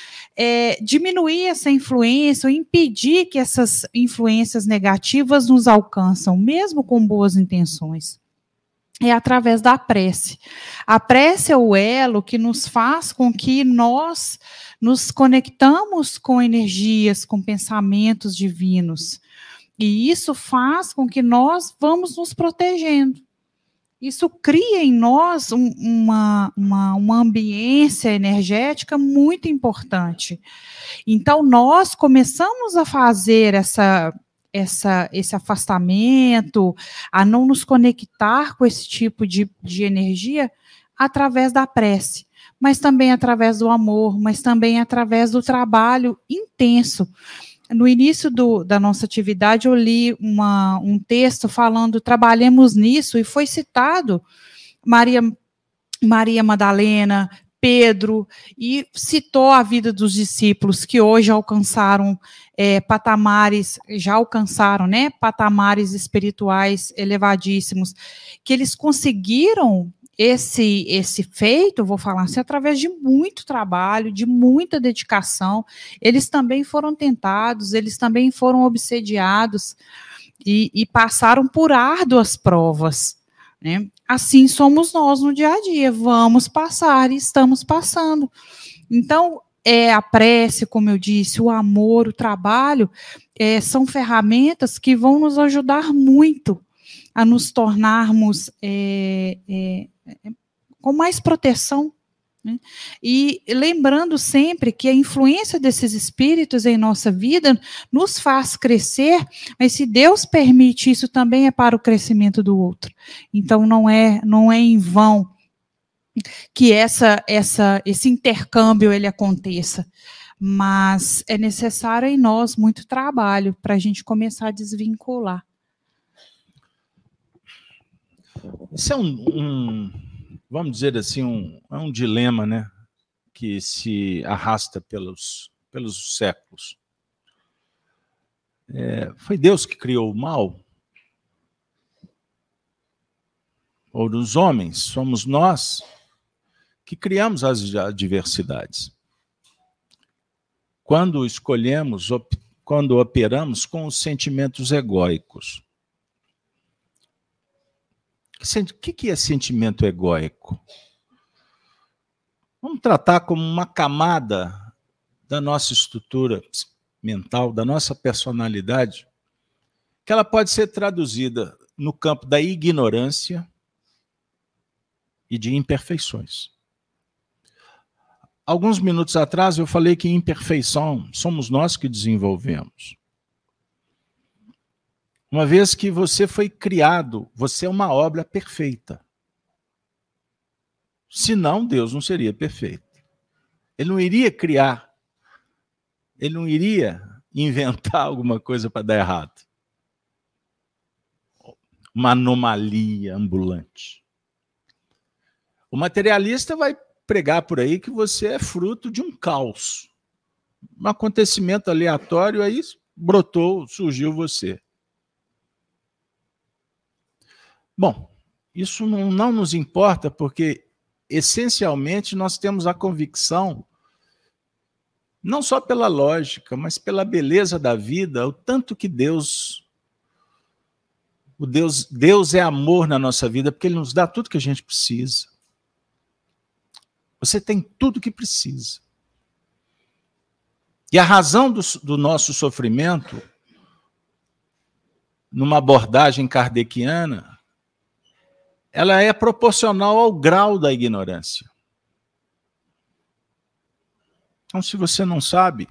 é, diminuir essa influência ou impedir que essas influências negativas nos alcançam, mesmo com boas intenções? É através da prece. A prece é o elo que nos faz com que nós nos conectamos com energias, com pensamentos divinos. E isso faz com que nós vamos nos protegendo. Isso cria em nós um, uma, uma, uma ambiência energética muito importante. Então, nós começamos a fazer essa... Essa, esse afastamento, a não nos conectar com esse tipo de, de energia através da prece, mas também através do amor, mas também através do trabalho intenso. No início do, da nossa atividade, eu li uma, um texto falando, trabalhemos nisso, e foi citado Maria, Maria Madalena, Pedro, e citou a vida dos discípulos que hoje alcançaram é, patamares, já alcançaram, né, patamares espirituais elevadíssimos, que eles conseguiram esse, esse feito, vou falar assim, através de muito trabalho, de muita dedicação. Eles também foram tentados, eles também foram obsediados e, e passaram por árduas provas, né? Assim somos nós no dia a dia, vamos passar e estamos passando. Então, é, a prece, como eu disse, o amor, o trabalho, é, são ferramentas que vão nos ajudar muito a nos tornarmos é, é, com mais proteção, né? E lembrando sempre que a influência desses espíritos em nossa vida nos faz crescer, mas se Deus permite, isso também é para o crescimento do outro. Então não é, não é em vão que essa, essa, esse intercâmbio ele aconteça. Mas é necessário em nós muito trabalho para a gente começar a desvincular.
Isso é um, um vamos dizer assim, um, é um dilema, né, que se arrasta pelos, pelos séculos. É, foi Deus que criou o mal? Ou dos homens? Somos nós que criamos as adversidades. Quando escolhemos, op, quando operamos com os sentimentos egóicos. O que é sentimento egóico? Vamos tratar como uma camada da nossa estrutura mental, da nossa personalidade, que ela pode ser traduzida no campo da ignorância e de imperfeições. Alguns minutos atrás eu falei que imperfeição somos nós que desenvolvemos. Uma vez que você foi criado, você é uma obra perfeita. Senão, Deus não seria perfeito. Ele não iria criar, ele não iria inventar alguma coisa para dar errado. Uma anomalia ambulante. O materialista vai pregar por aí que você é fruto de um caos. Um acontecimento aleatório, aí brotou, surgiu você. Bom, isso não, não nos importa, porque, essencialmente, nós temos a convicção, não só pela lógica, mas pela beleza da vida, o tanto que Deus, o Deus, Deus é amor na nossa vida, porque Ele nos dá tudo que a gente precisa. Você tem tudo que precisa. E a razão do, do nosso sofrimento, numa abordagem kardeciana, ela é proporcional ao grau da ignorância. Então, se você não sabe,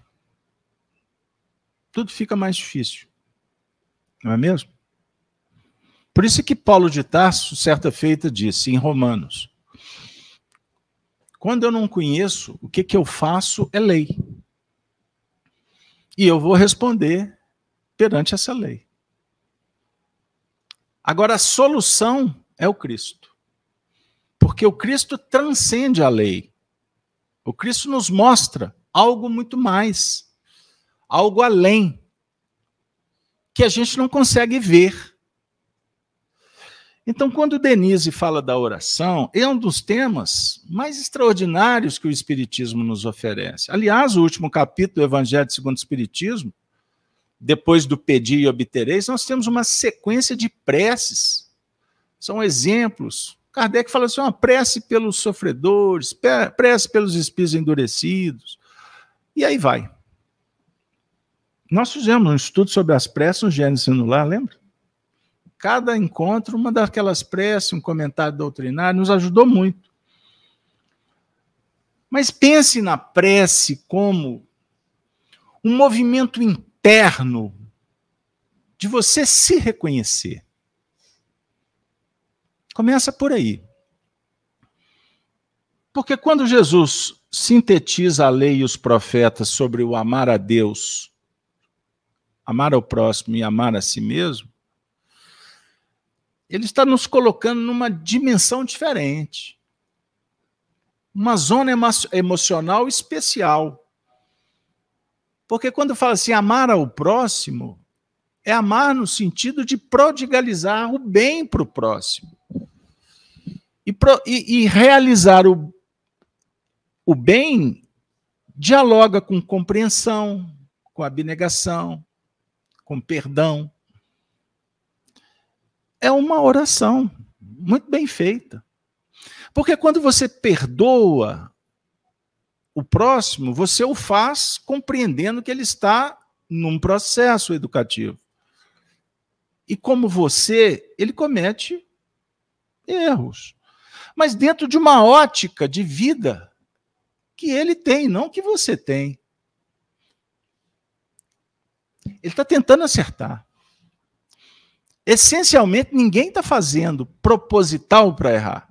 tudo fica mais difícil. Não é mesmo? Por isso que Paulo de Tarso, certa feita, disse em Romanos: quando eu não conheço, o que, que eu faço é lei. E eu vou responder perante essa lei. Agora, a solução é o Cristo. Porque o Cristo transcende a lei. O Cristo nos mostra algo muito mais, algo além, que a gente não consegue ver. Então, quando Denise fala da oração, é um dos temas mais extraordinários que o Espiritismo nos oferece. Aliás, o último capítulo do Evangelho segundo o Espiritismo, depois do pedir e obtereis, nós temos uma sequência de preces. São exemplos. Kardec fala assim, uma prece pelos sofredores, prece pelos espíritos endurecidos, e aí vai. Nós fizemos um estudo sobre as preces no Gênesis no Lar, lembra? Cada encontro, uma daquelas preces, um comentário doutrinário, nos ajudou muito. Mas pense na prece como um movimento interno de você se reconhecer. Começa por aí. Porque quando Jesus sintetiza a lei e os profetas sobre o amar a Deus, amar ao próximo e amar a si mesmo, ele está nos colocando numa dimensão diferente. Uma zona emo- emocional especial. Porque quando fala assim, amar ao próximo, é amar no sentido de prodigalizar o bem para o próximo. E, pro, e, e realizar o, o bem dialoga com compreensão, com abnegação, com perdão. É uma oração muito bem feita. Porque quando você perdoa o próximo, você o faz compreendendo que ele está num processo educativo. E como você, ele comete erros. Mas dentro de uma ótica de vida, que ele tem, não que você tem. Ele está tentando acertar. Essencialmente, ninguém está fazendo proposital para errar.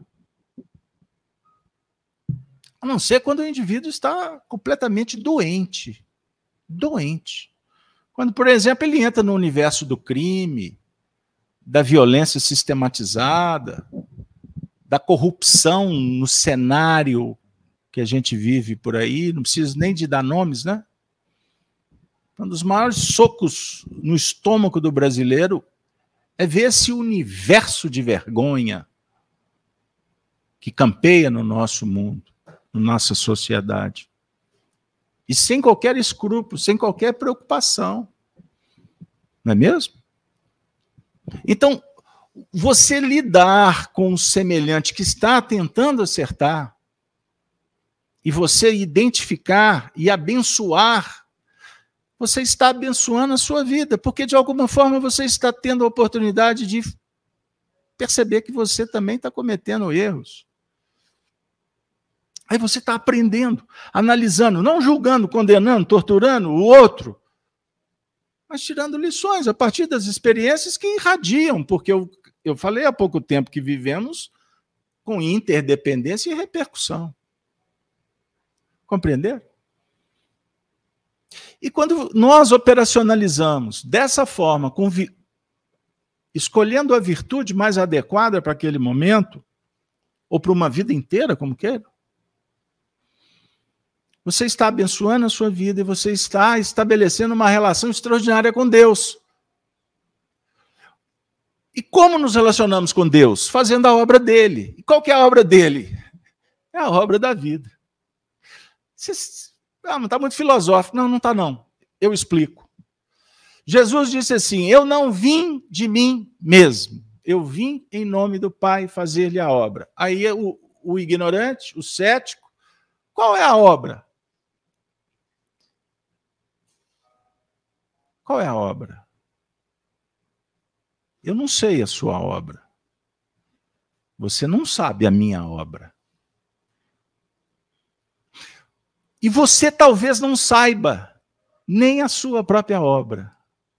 A não ser quando o indivíduo está completamente doente. Doente. Quando, por exemplo, ele entra no universo do crime, da violência sistematizada, da corrupção no cenário que a gente vive por aí, não preciso nem de dar nomes, né? Um dos maiores socos no estômago do brasileiro é ver esse universo de vergonha que campeia no nosso mundo, na nossa sociedade. E sem qualquer escrúpulo, sem qualquer preocupação. Não é mesmo? Então, você lidar com um semelhante que está tentando acertar, e você identificar e abençoar, você está abençoando a sua vida, porque de alguma forma você está tendo a oportunidade de perceber que você também está cometendo erros. Aí você está aprendendo, analisando, não julgando, condenando, torturando o outro, mas tirando lições a partir das experiências que irradiam, porque eu, eu falei há pouco tempo que vivemos com interdependência e repercussão. Compreender? E quando nós operacionalizamos dessa forma, com vi... escolhendo a virtude mais adequada para aquele momento, ou para uma vida inteira, como queira, você está abençoando a sua vida e você está estabelecendo uma relação extraordinária com Deus. E como nos relacionamos com Deus? Fazendo a obra dele. E qual que é a obra dele? É a obra da vida. Você, ah, não está muito filosófico. Não, não está não. Eu explico. Jesus disse assim, eu não vim de mim mesmo. Eu vim em nome do Pai fazer-lhe a obra. Aí o, o ignorante, o cético, qual é a obra? Qual é a obra? Eu não sei a sua obra. Você não sabe a minha obra. E você talvez não saiba nem a sua própria obra.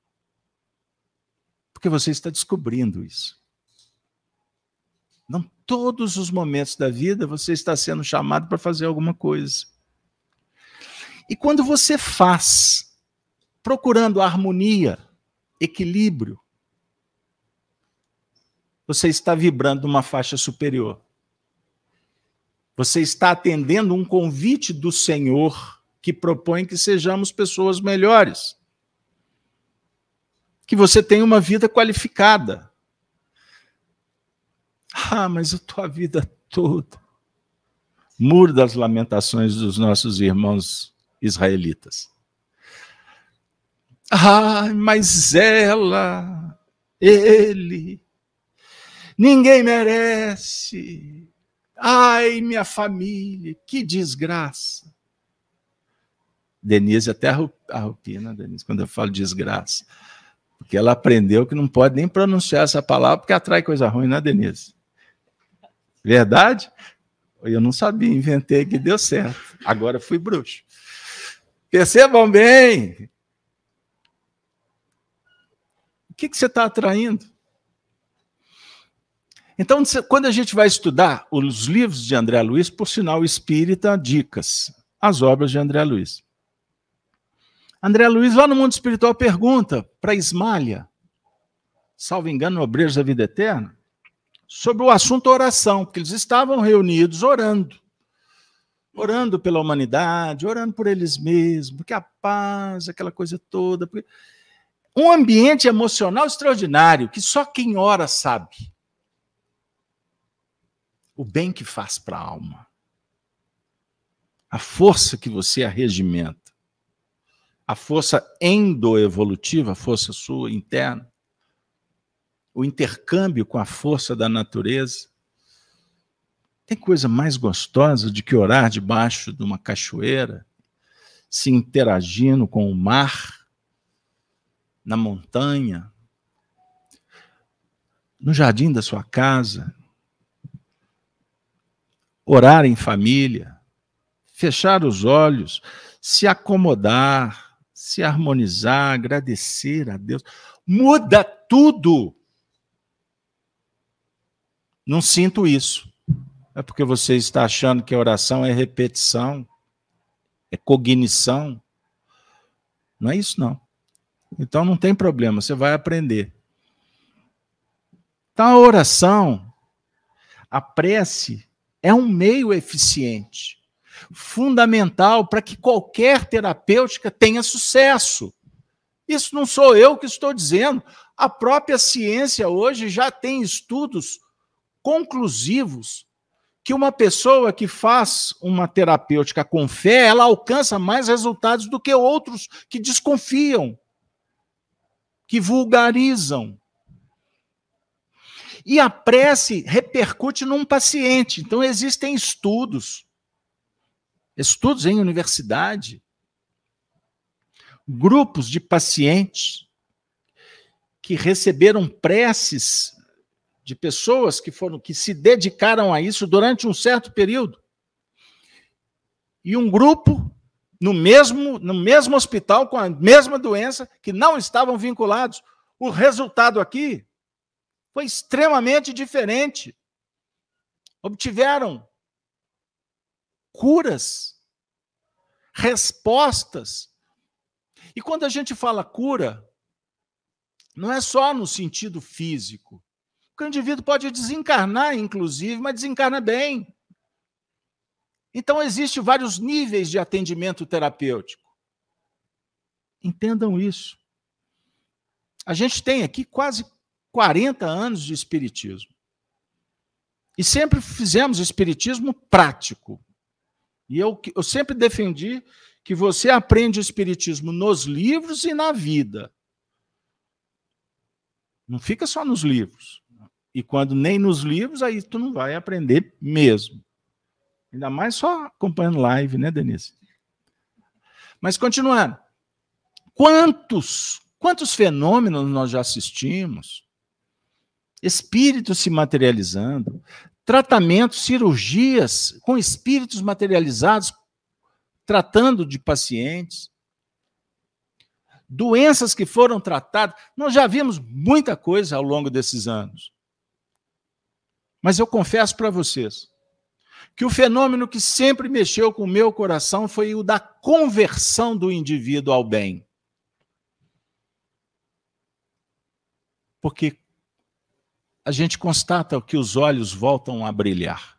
Porque você está descobrindo isso. Não todos os momentos da vida você está sendo chamado para fazer alguma coisa. E quando você faz, procurando harmonia, equilíbrio, você está vibrando numa faixa superior. Você está atendendo um convite do Senhor que propõe que sejamos pessoas melhores. Que você tenha uma vida qualificada. Ah, mas eu estou a vida toda. Muro das lamentações dos nossos irmãos israelitas. Ah, mas ela, ele, ninguém merece. Ai, minha família, que desgraça. Denise até arrepia, Denise, quando eu falo desgraça. Porque ela aprendeu que não pode nem pronunciar essa palavra, porque atrai coisa ruim, não é, Denise? Verdade? Eu não sabia, inventei que deu certo. Agora fui bruxo. Percebam bem. O que, que você está atraindo? Então, quando a gente vai estudar os livros de André Luiz, por sinal espírita, dicas, as obras de André Luiz. André Luiz, lá no mundo espiritual, pergunta para Ismália, salvo engano, Obreiros da Vida Eterna, sobre o assunto oração, porque eles estavam reunidos orando, orando pela humanidade, orando por eles mesmos, porque a paz, aquela coisa toda. Porque... um ambiente emocional extraordinário, que só quem ora sabe. O bem que faz para a alma. A força que você arregimenta. A força endoevolutiva, a força sua interna. O intercâmbio com a força da natureza. Tem coisa mais gostosa do que orar debaixo de uma cachoeira, se interagindo com o mar, na montanha, no jardim da sua casa, orar em família, fechar os olhos, se acomodar, se harmonizar, agradecer a Deus. Muda tudo. Não sinto isso. É porque você está achando que a oração é repetição, é cognição. Não é isso, não. Então não tem problema, você vai aprender. Então a oração, a prece, é um meio eficiente, fundamental para que qualquer terapêutica tenha sucesso. Isso não sou eu que estou dizendo. A própria ciência hoje já tem estudos conclusivos que uma pessoa que faz uma terapêutica com fé, ela alcança mais resultados do que outros que desconfiam, que vulgarizam. E a prece repercute num paciente. Então, existem estudos, estudos em universidade, grupos de pacientes que receberam preces de pessoas que foram que se dedicaram a isso durante um certo período. E um grupo no mesmo, no mesmo hospital com a mesma doença que não estavam vinculados. O resultado aqui foi extremamente diferente. Obtiveram curas, respostas. E quando a gente fala cura, não é só no sentido físico. Porque o indivíduo pode desencarnar, inclusive, mas desencarna bem. Então, existem vários níveis de atendimento terapêutico. Entendam isso. A gente tem aqui quase quarenta anos de espiritismo. E sempre fizemos espiritismo prático. E eu, eu sempre defendi que você aprende espiritismo nos livros e na vida. Não fica só nos livros. E quando nem nos livros, aí tu não vai aprender mesmo. Ainda mais só acompanhando live, né, Denise? Mas continuando. Quantos, quantos fenômenos nós já assistimos? Espíritos se materializando, tratamentos, cirurgias com espíritos materializados, tratando de pacientes, doenças que foram tratadas. Nós já vimos muita coisa ao longo desses anos. Mas eu confesso para vocês que o fenômeno que sempre mexeu com o meu coração foi o da conversão do indivíduo ao bem. Porque a gente constata que os olhos voltam a brilhar.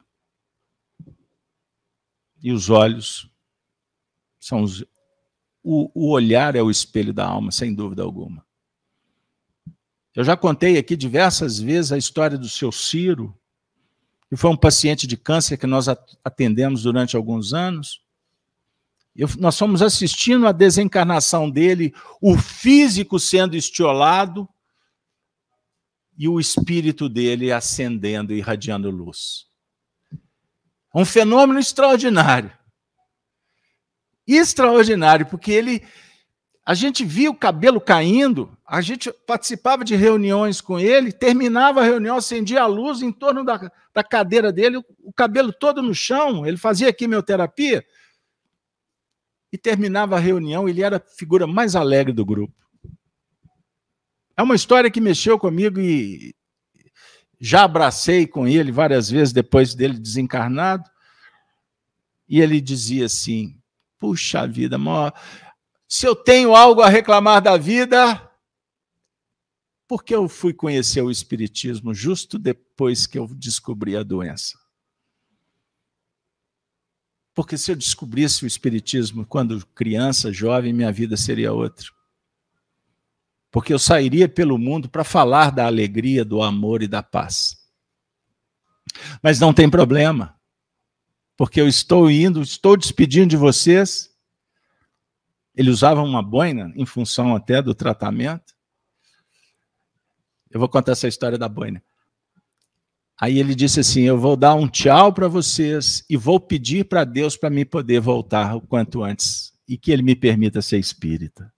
E os olhos são os... O, o olhar é o espelho da alma, sem dúvida alguma. Eu já contei aqui diversas vezes a história do seu Ciro, que foi um paciente de câncer que nós atendemos durante alguns anos. Eu, nós fomos assistindo a desencarnação dele, o físico sendo estiolado, e o espírito dele acendendo e irradiando luz. Um fenômeno extraordinário. Extraordinário, porque ele, a gente via o cabelo caindo, a gente participava de reuniões com ele, terminava a reunião, acendia a luz em torno da, da cadeira dele, o, o cabelo todo no chão, ele fazia quimioterapia, e terminava a reunião, ele era a figura mais alegre do grupo. É uma história que mexeu comigo e já abracei com ele várias vezes depois dele desencarnado. E ele dizia assim, puxa vida, amor, se eu tenho algo a reclamar da vida, porque eu fui conhecer o espiritismo justo depois que eu descobri a doença. Porque se eu descobrisse o espiritismo quando criança, jovem, minha vida seria outra. Porque eu sairia pelo mundo para falar da alegria, do amor e da paz. Mas não tem problema, porque eu estou indo, estou despedindo de vocês. Ele usava uma boina, em função até do tratamento. Eu vou contar essa história da boina. Aí ele disse assim, eu vou dar um tchau para vocês e vou pedir para Deus para me poder voltar o quanto antes e que ele me permita ser espírita.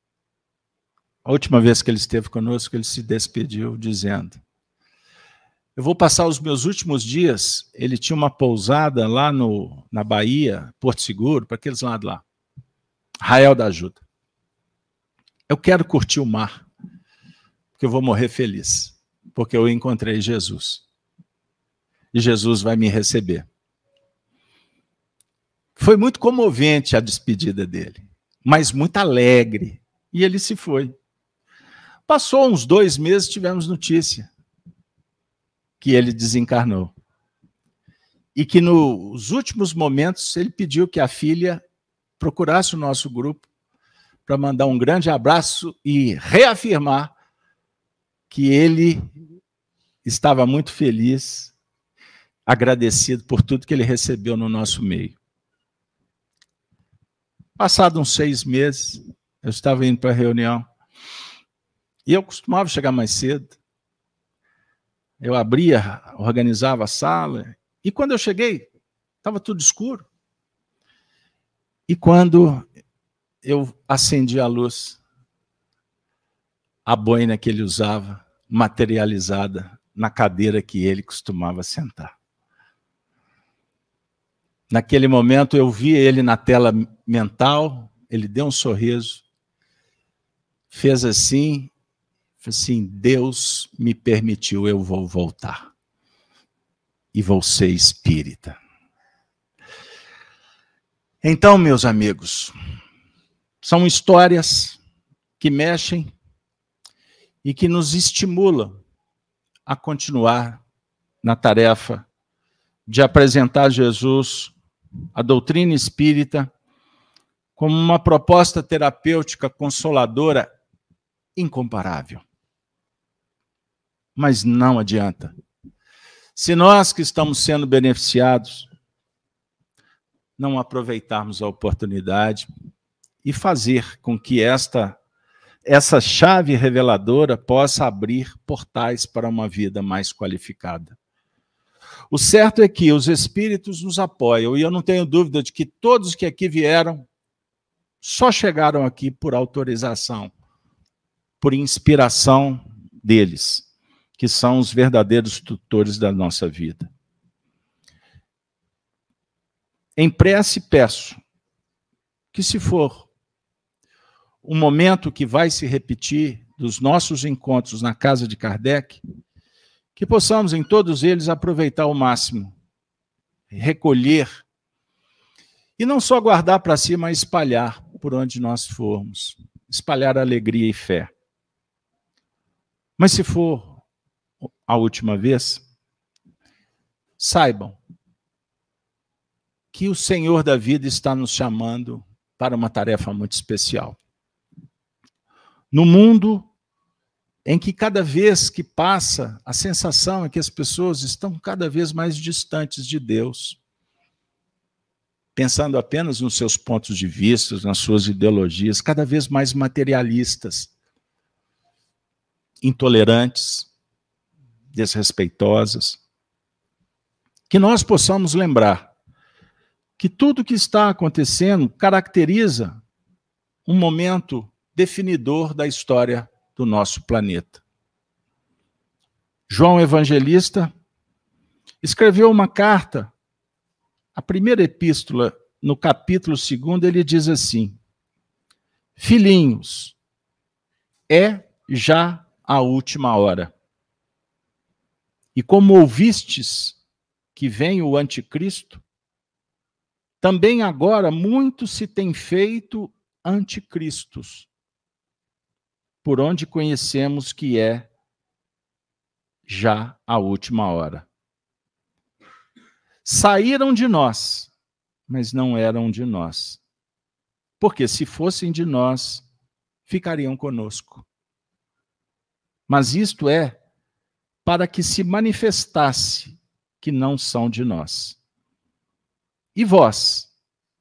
A última vez que ele esteve conosco, ele se despediu dizendo, Eu vou passar os meus últimos dias, ele tinha uma pousada lá no, na Bahia, Porto Seguro, para aqueles lados lá. Arraial da Ajuda. Eu quero curtir o mar, porque eu vou morrer feliz, porque eu encontrei Jesus. E Jesus vai me receber. Foi muito comovente a despedida dele, mas muito alegre. E ele se foi. Passou uns dois meses, tivemos notícia que ele desencarnou. E que nos últimos momentos ele pediu que a filha procurasse o nosso grupo para mandar um grande abraço e reafirmar que ele estava muito feliz, agradecido por tudo que ele recebeu no nosso meio. Passados uns seis meses, eu estava indo para a reunião e eu costumava chegar mais cedo. Eu abria, organizava a sala, e quando eu cheguei, estava tudo escuro. E quando eu acendi a luz, a boina que ele usava, materializada na cadeira que ele costumava sentar. Naquele momento eu vi ele na tela mental, ele deu um sorriso, fez assim, assim, Deus me permitiu, eu vou voltar. E vou ser espírita. Então, meus amigos, são histórias que mexem e que nos estimulam a continuar na tarefa de apresentar Jesus, a doutrina espírita, como uma proposta terapêutica consoladora incomparável. Mas não adianta. Se nós que estamos sendo beneficiados não aproveitarmos a oportunidade e fazer com que esta, essa chave reveladora possa abrir portais para uma vida mais qualificada. O certo é que os espíritos nos apoiam, e eu não tenho dúvida de que todos que aqui vieram só chegaram aqui por autorização, por inspiração deles, que são os verdadeiros tutores da nossa vida. Em prece, peço que, se for um momento que vai se repetir dos nossos encontros na casa de Kardec, que possamos em todos eles aproveitar ao máximo, recolher, e não só guardar para si, mas espalhar por onde nós formos, espalhar alegria e fé. Mas se for a última vez, saibam que o Senhor da vida está nos chamando para uma tarefa muito especial. No mundo em que cada vez que passa, a sensação é que as pessoas estão cada vez mais distantes de Deus, pensando apenas nos seus pontos de vista, nas suas ideologias, cada vez mais materialistas, intolerantes, desrespeitosas, que nós possamos lembrar que tudo que está acontecendo caracteriza um momento definidor da história do nosso planeta. João Evangelista escreveu uma carta, a primeira epístola, no capítulo segundo, ele diz assim: filhinhos, é já a última hora. E como ouvistes que vem o anticristo, também agora muito se tem feito anticristos, por onde conhecemos que é já a última hora. Saíram de nós, mas não eram de nós. Porque se fossem de nós, ficariam conosco. Mas isto é para que se manifestasse que não são de nós. E vós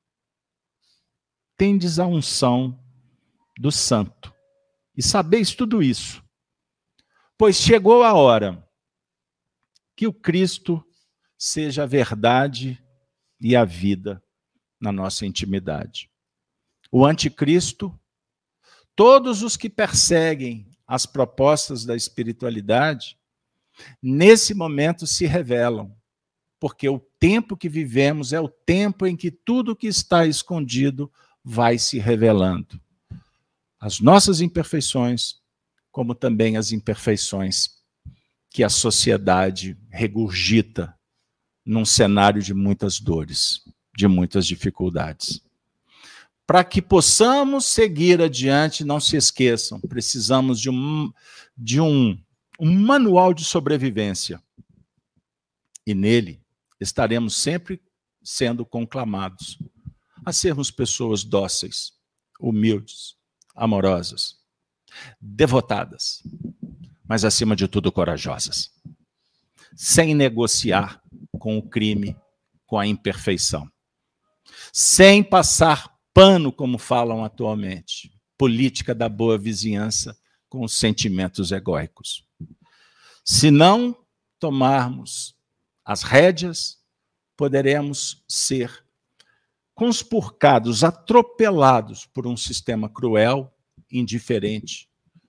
tendes a unção do Santo, e sabeis tudo isso, pois chegou a hora que o Cristo seja a verdade e a vida na nossa intimidade. O anticristo, todos os que perseguem as propostas da espiritualidade, nesse momento se revelam, porque o tempo que vivemos é o tempo em que tudo que está escondido vai se revelando. As nossas imperfeições, como também as imperfeições que a sociedade regurgita num cenário de muitas dores, de muitas dificuldades. Para que possamos seguir adiante, não se esqueçam, precisamos de um, de um, um manual de sobrevivência. E nele estaremos sempre sendo conclamados a sermos pessoas dóceis, humildes, amorosas, devotadas, mas acima de tudo corajosas, sem negociar com o crime, com a imperfeição, sem passar pano, como falam atualmente, política da boa vizinhança com os sentimentos egóicos. Se não tomarmos as rédeas, poderemos ser conspurcados, atropelados por um sistema cruel, indiferente,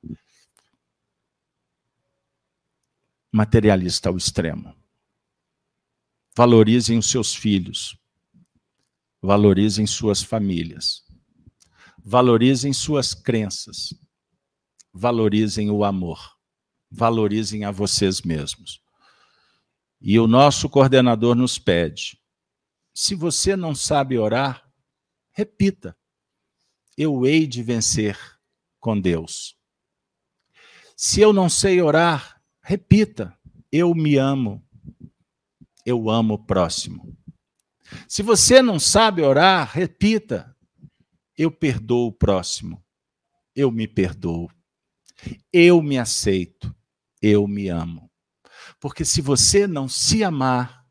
materialista ao extremo. Valorizem os seus filhos, valorizem suas famílias, valorizem suas crenças, valorizem o amor, valorizem a vocês mesmos. E o nosso coordenador nos pede, se você não sabe orar, repita, eu hei de vencer com Deus. Se eu não sei orar, repita, eu me amo, eu amo o próximo. Se você não sabe orar, repita, eu perdoo o próximo, eu me perdoo, eu me aceito, eu me amo. Porque se você não se amar,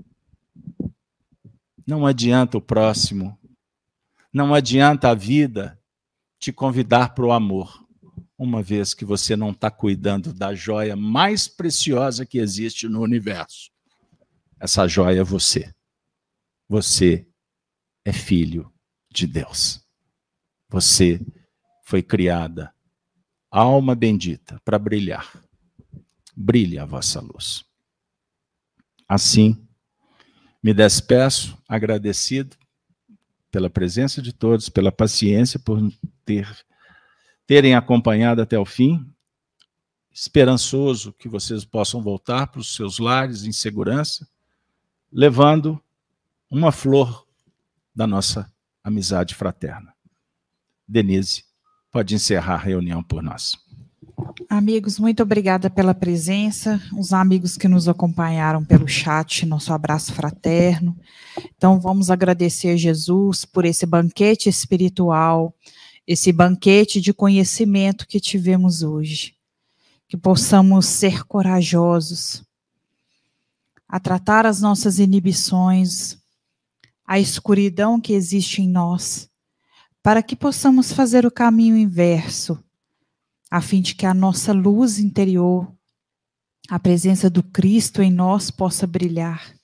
não adianta o próximo, não adianta a vida te convidar para o amor, uma vez que você não está cuidando da joia mais preciosa que existe no universo. Essa joia é você. Você é filho de Deus. Você foi criada, alma bendita, para brilhar. Brilhe a vossa luz. Assim, me despeço, agradecido pela presença de todos, pela paciência, por ter, terem acompanhado até o fim, esperançoso que vocês possam voltar para os seus lares em segurança, levando uma flor da nossa amizade fraterna. Denise, pode encerrar a reunião por nós.
Amigos, muito obrigada pela presença, os amigos que nos acompanharam pelo chat, nosso abraço fraterno. Então, vamos agradecer a Jesus por esse banquete espiritual, esse banquete de conhecimento que tivemos hoje. Que possamos ser corajosos a tratar as nossas inibições, a escuridão que existe em nós, para que possamos fazer o caminho inverso, a fim de que a nossa luz interior, a presença do Cristo em nós possa brilhar.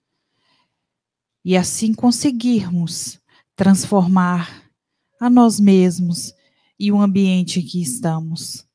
E assim conseguirmos transformar a nós mesmos e o ambiente em que estamos.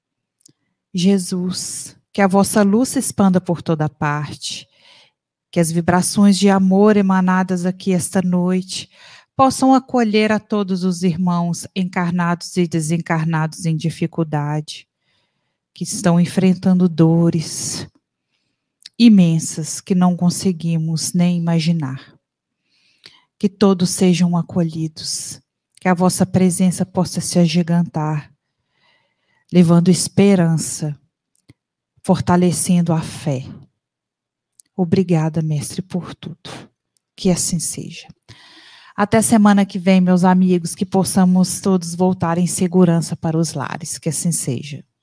Jesus, que a vossa luz se expanda por toda parte, que as vibrações de amor emanadas aqui esta noite possam acolher a todos os irmãos encarnados e desencarnados em dificuldade, que estão enfrentando dores imensas que não conseguimos nem imaginar. Que todos sejam acolhidos, que a vossa presença possa se agigantar, levando esperança, fortalecendo a fé. Obrigada, Mestre, por tudo. Que assim seja. Até semana que vem, meus amigos, que possamos todos voltar em segurança para os lares. Que assim seja.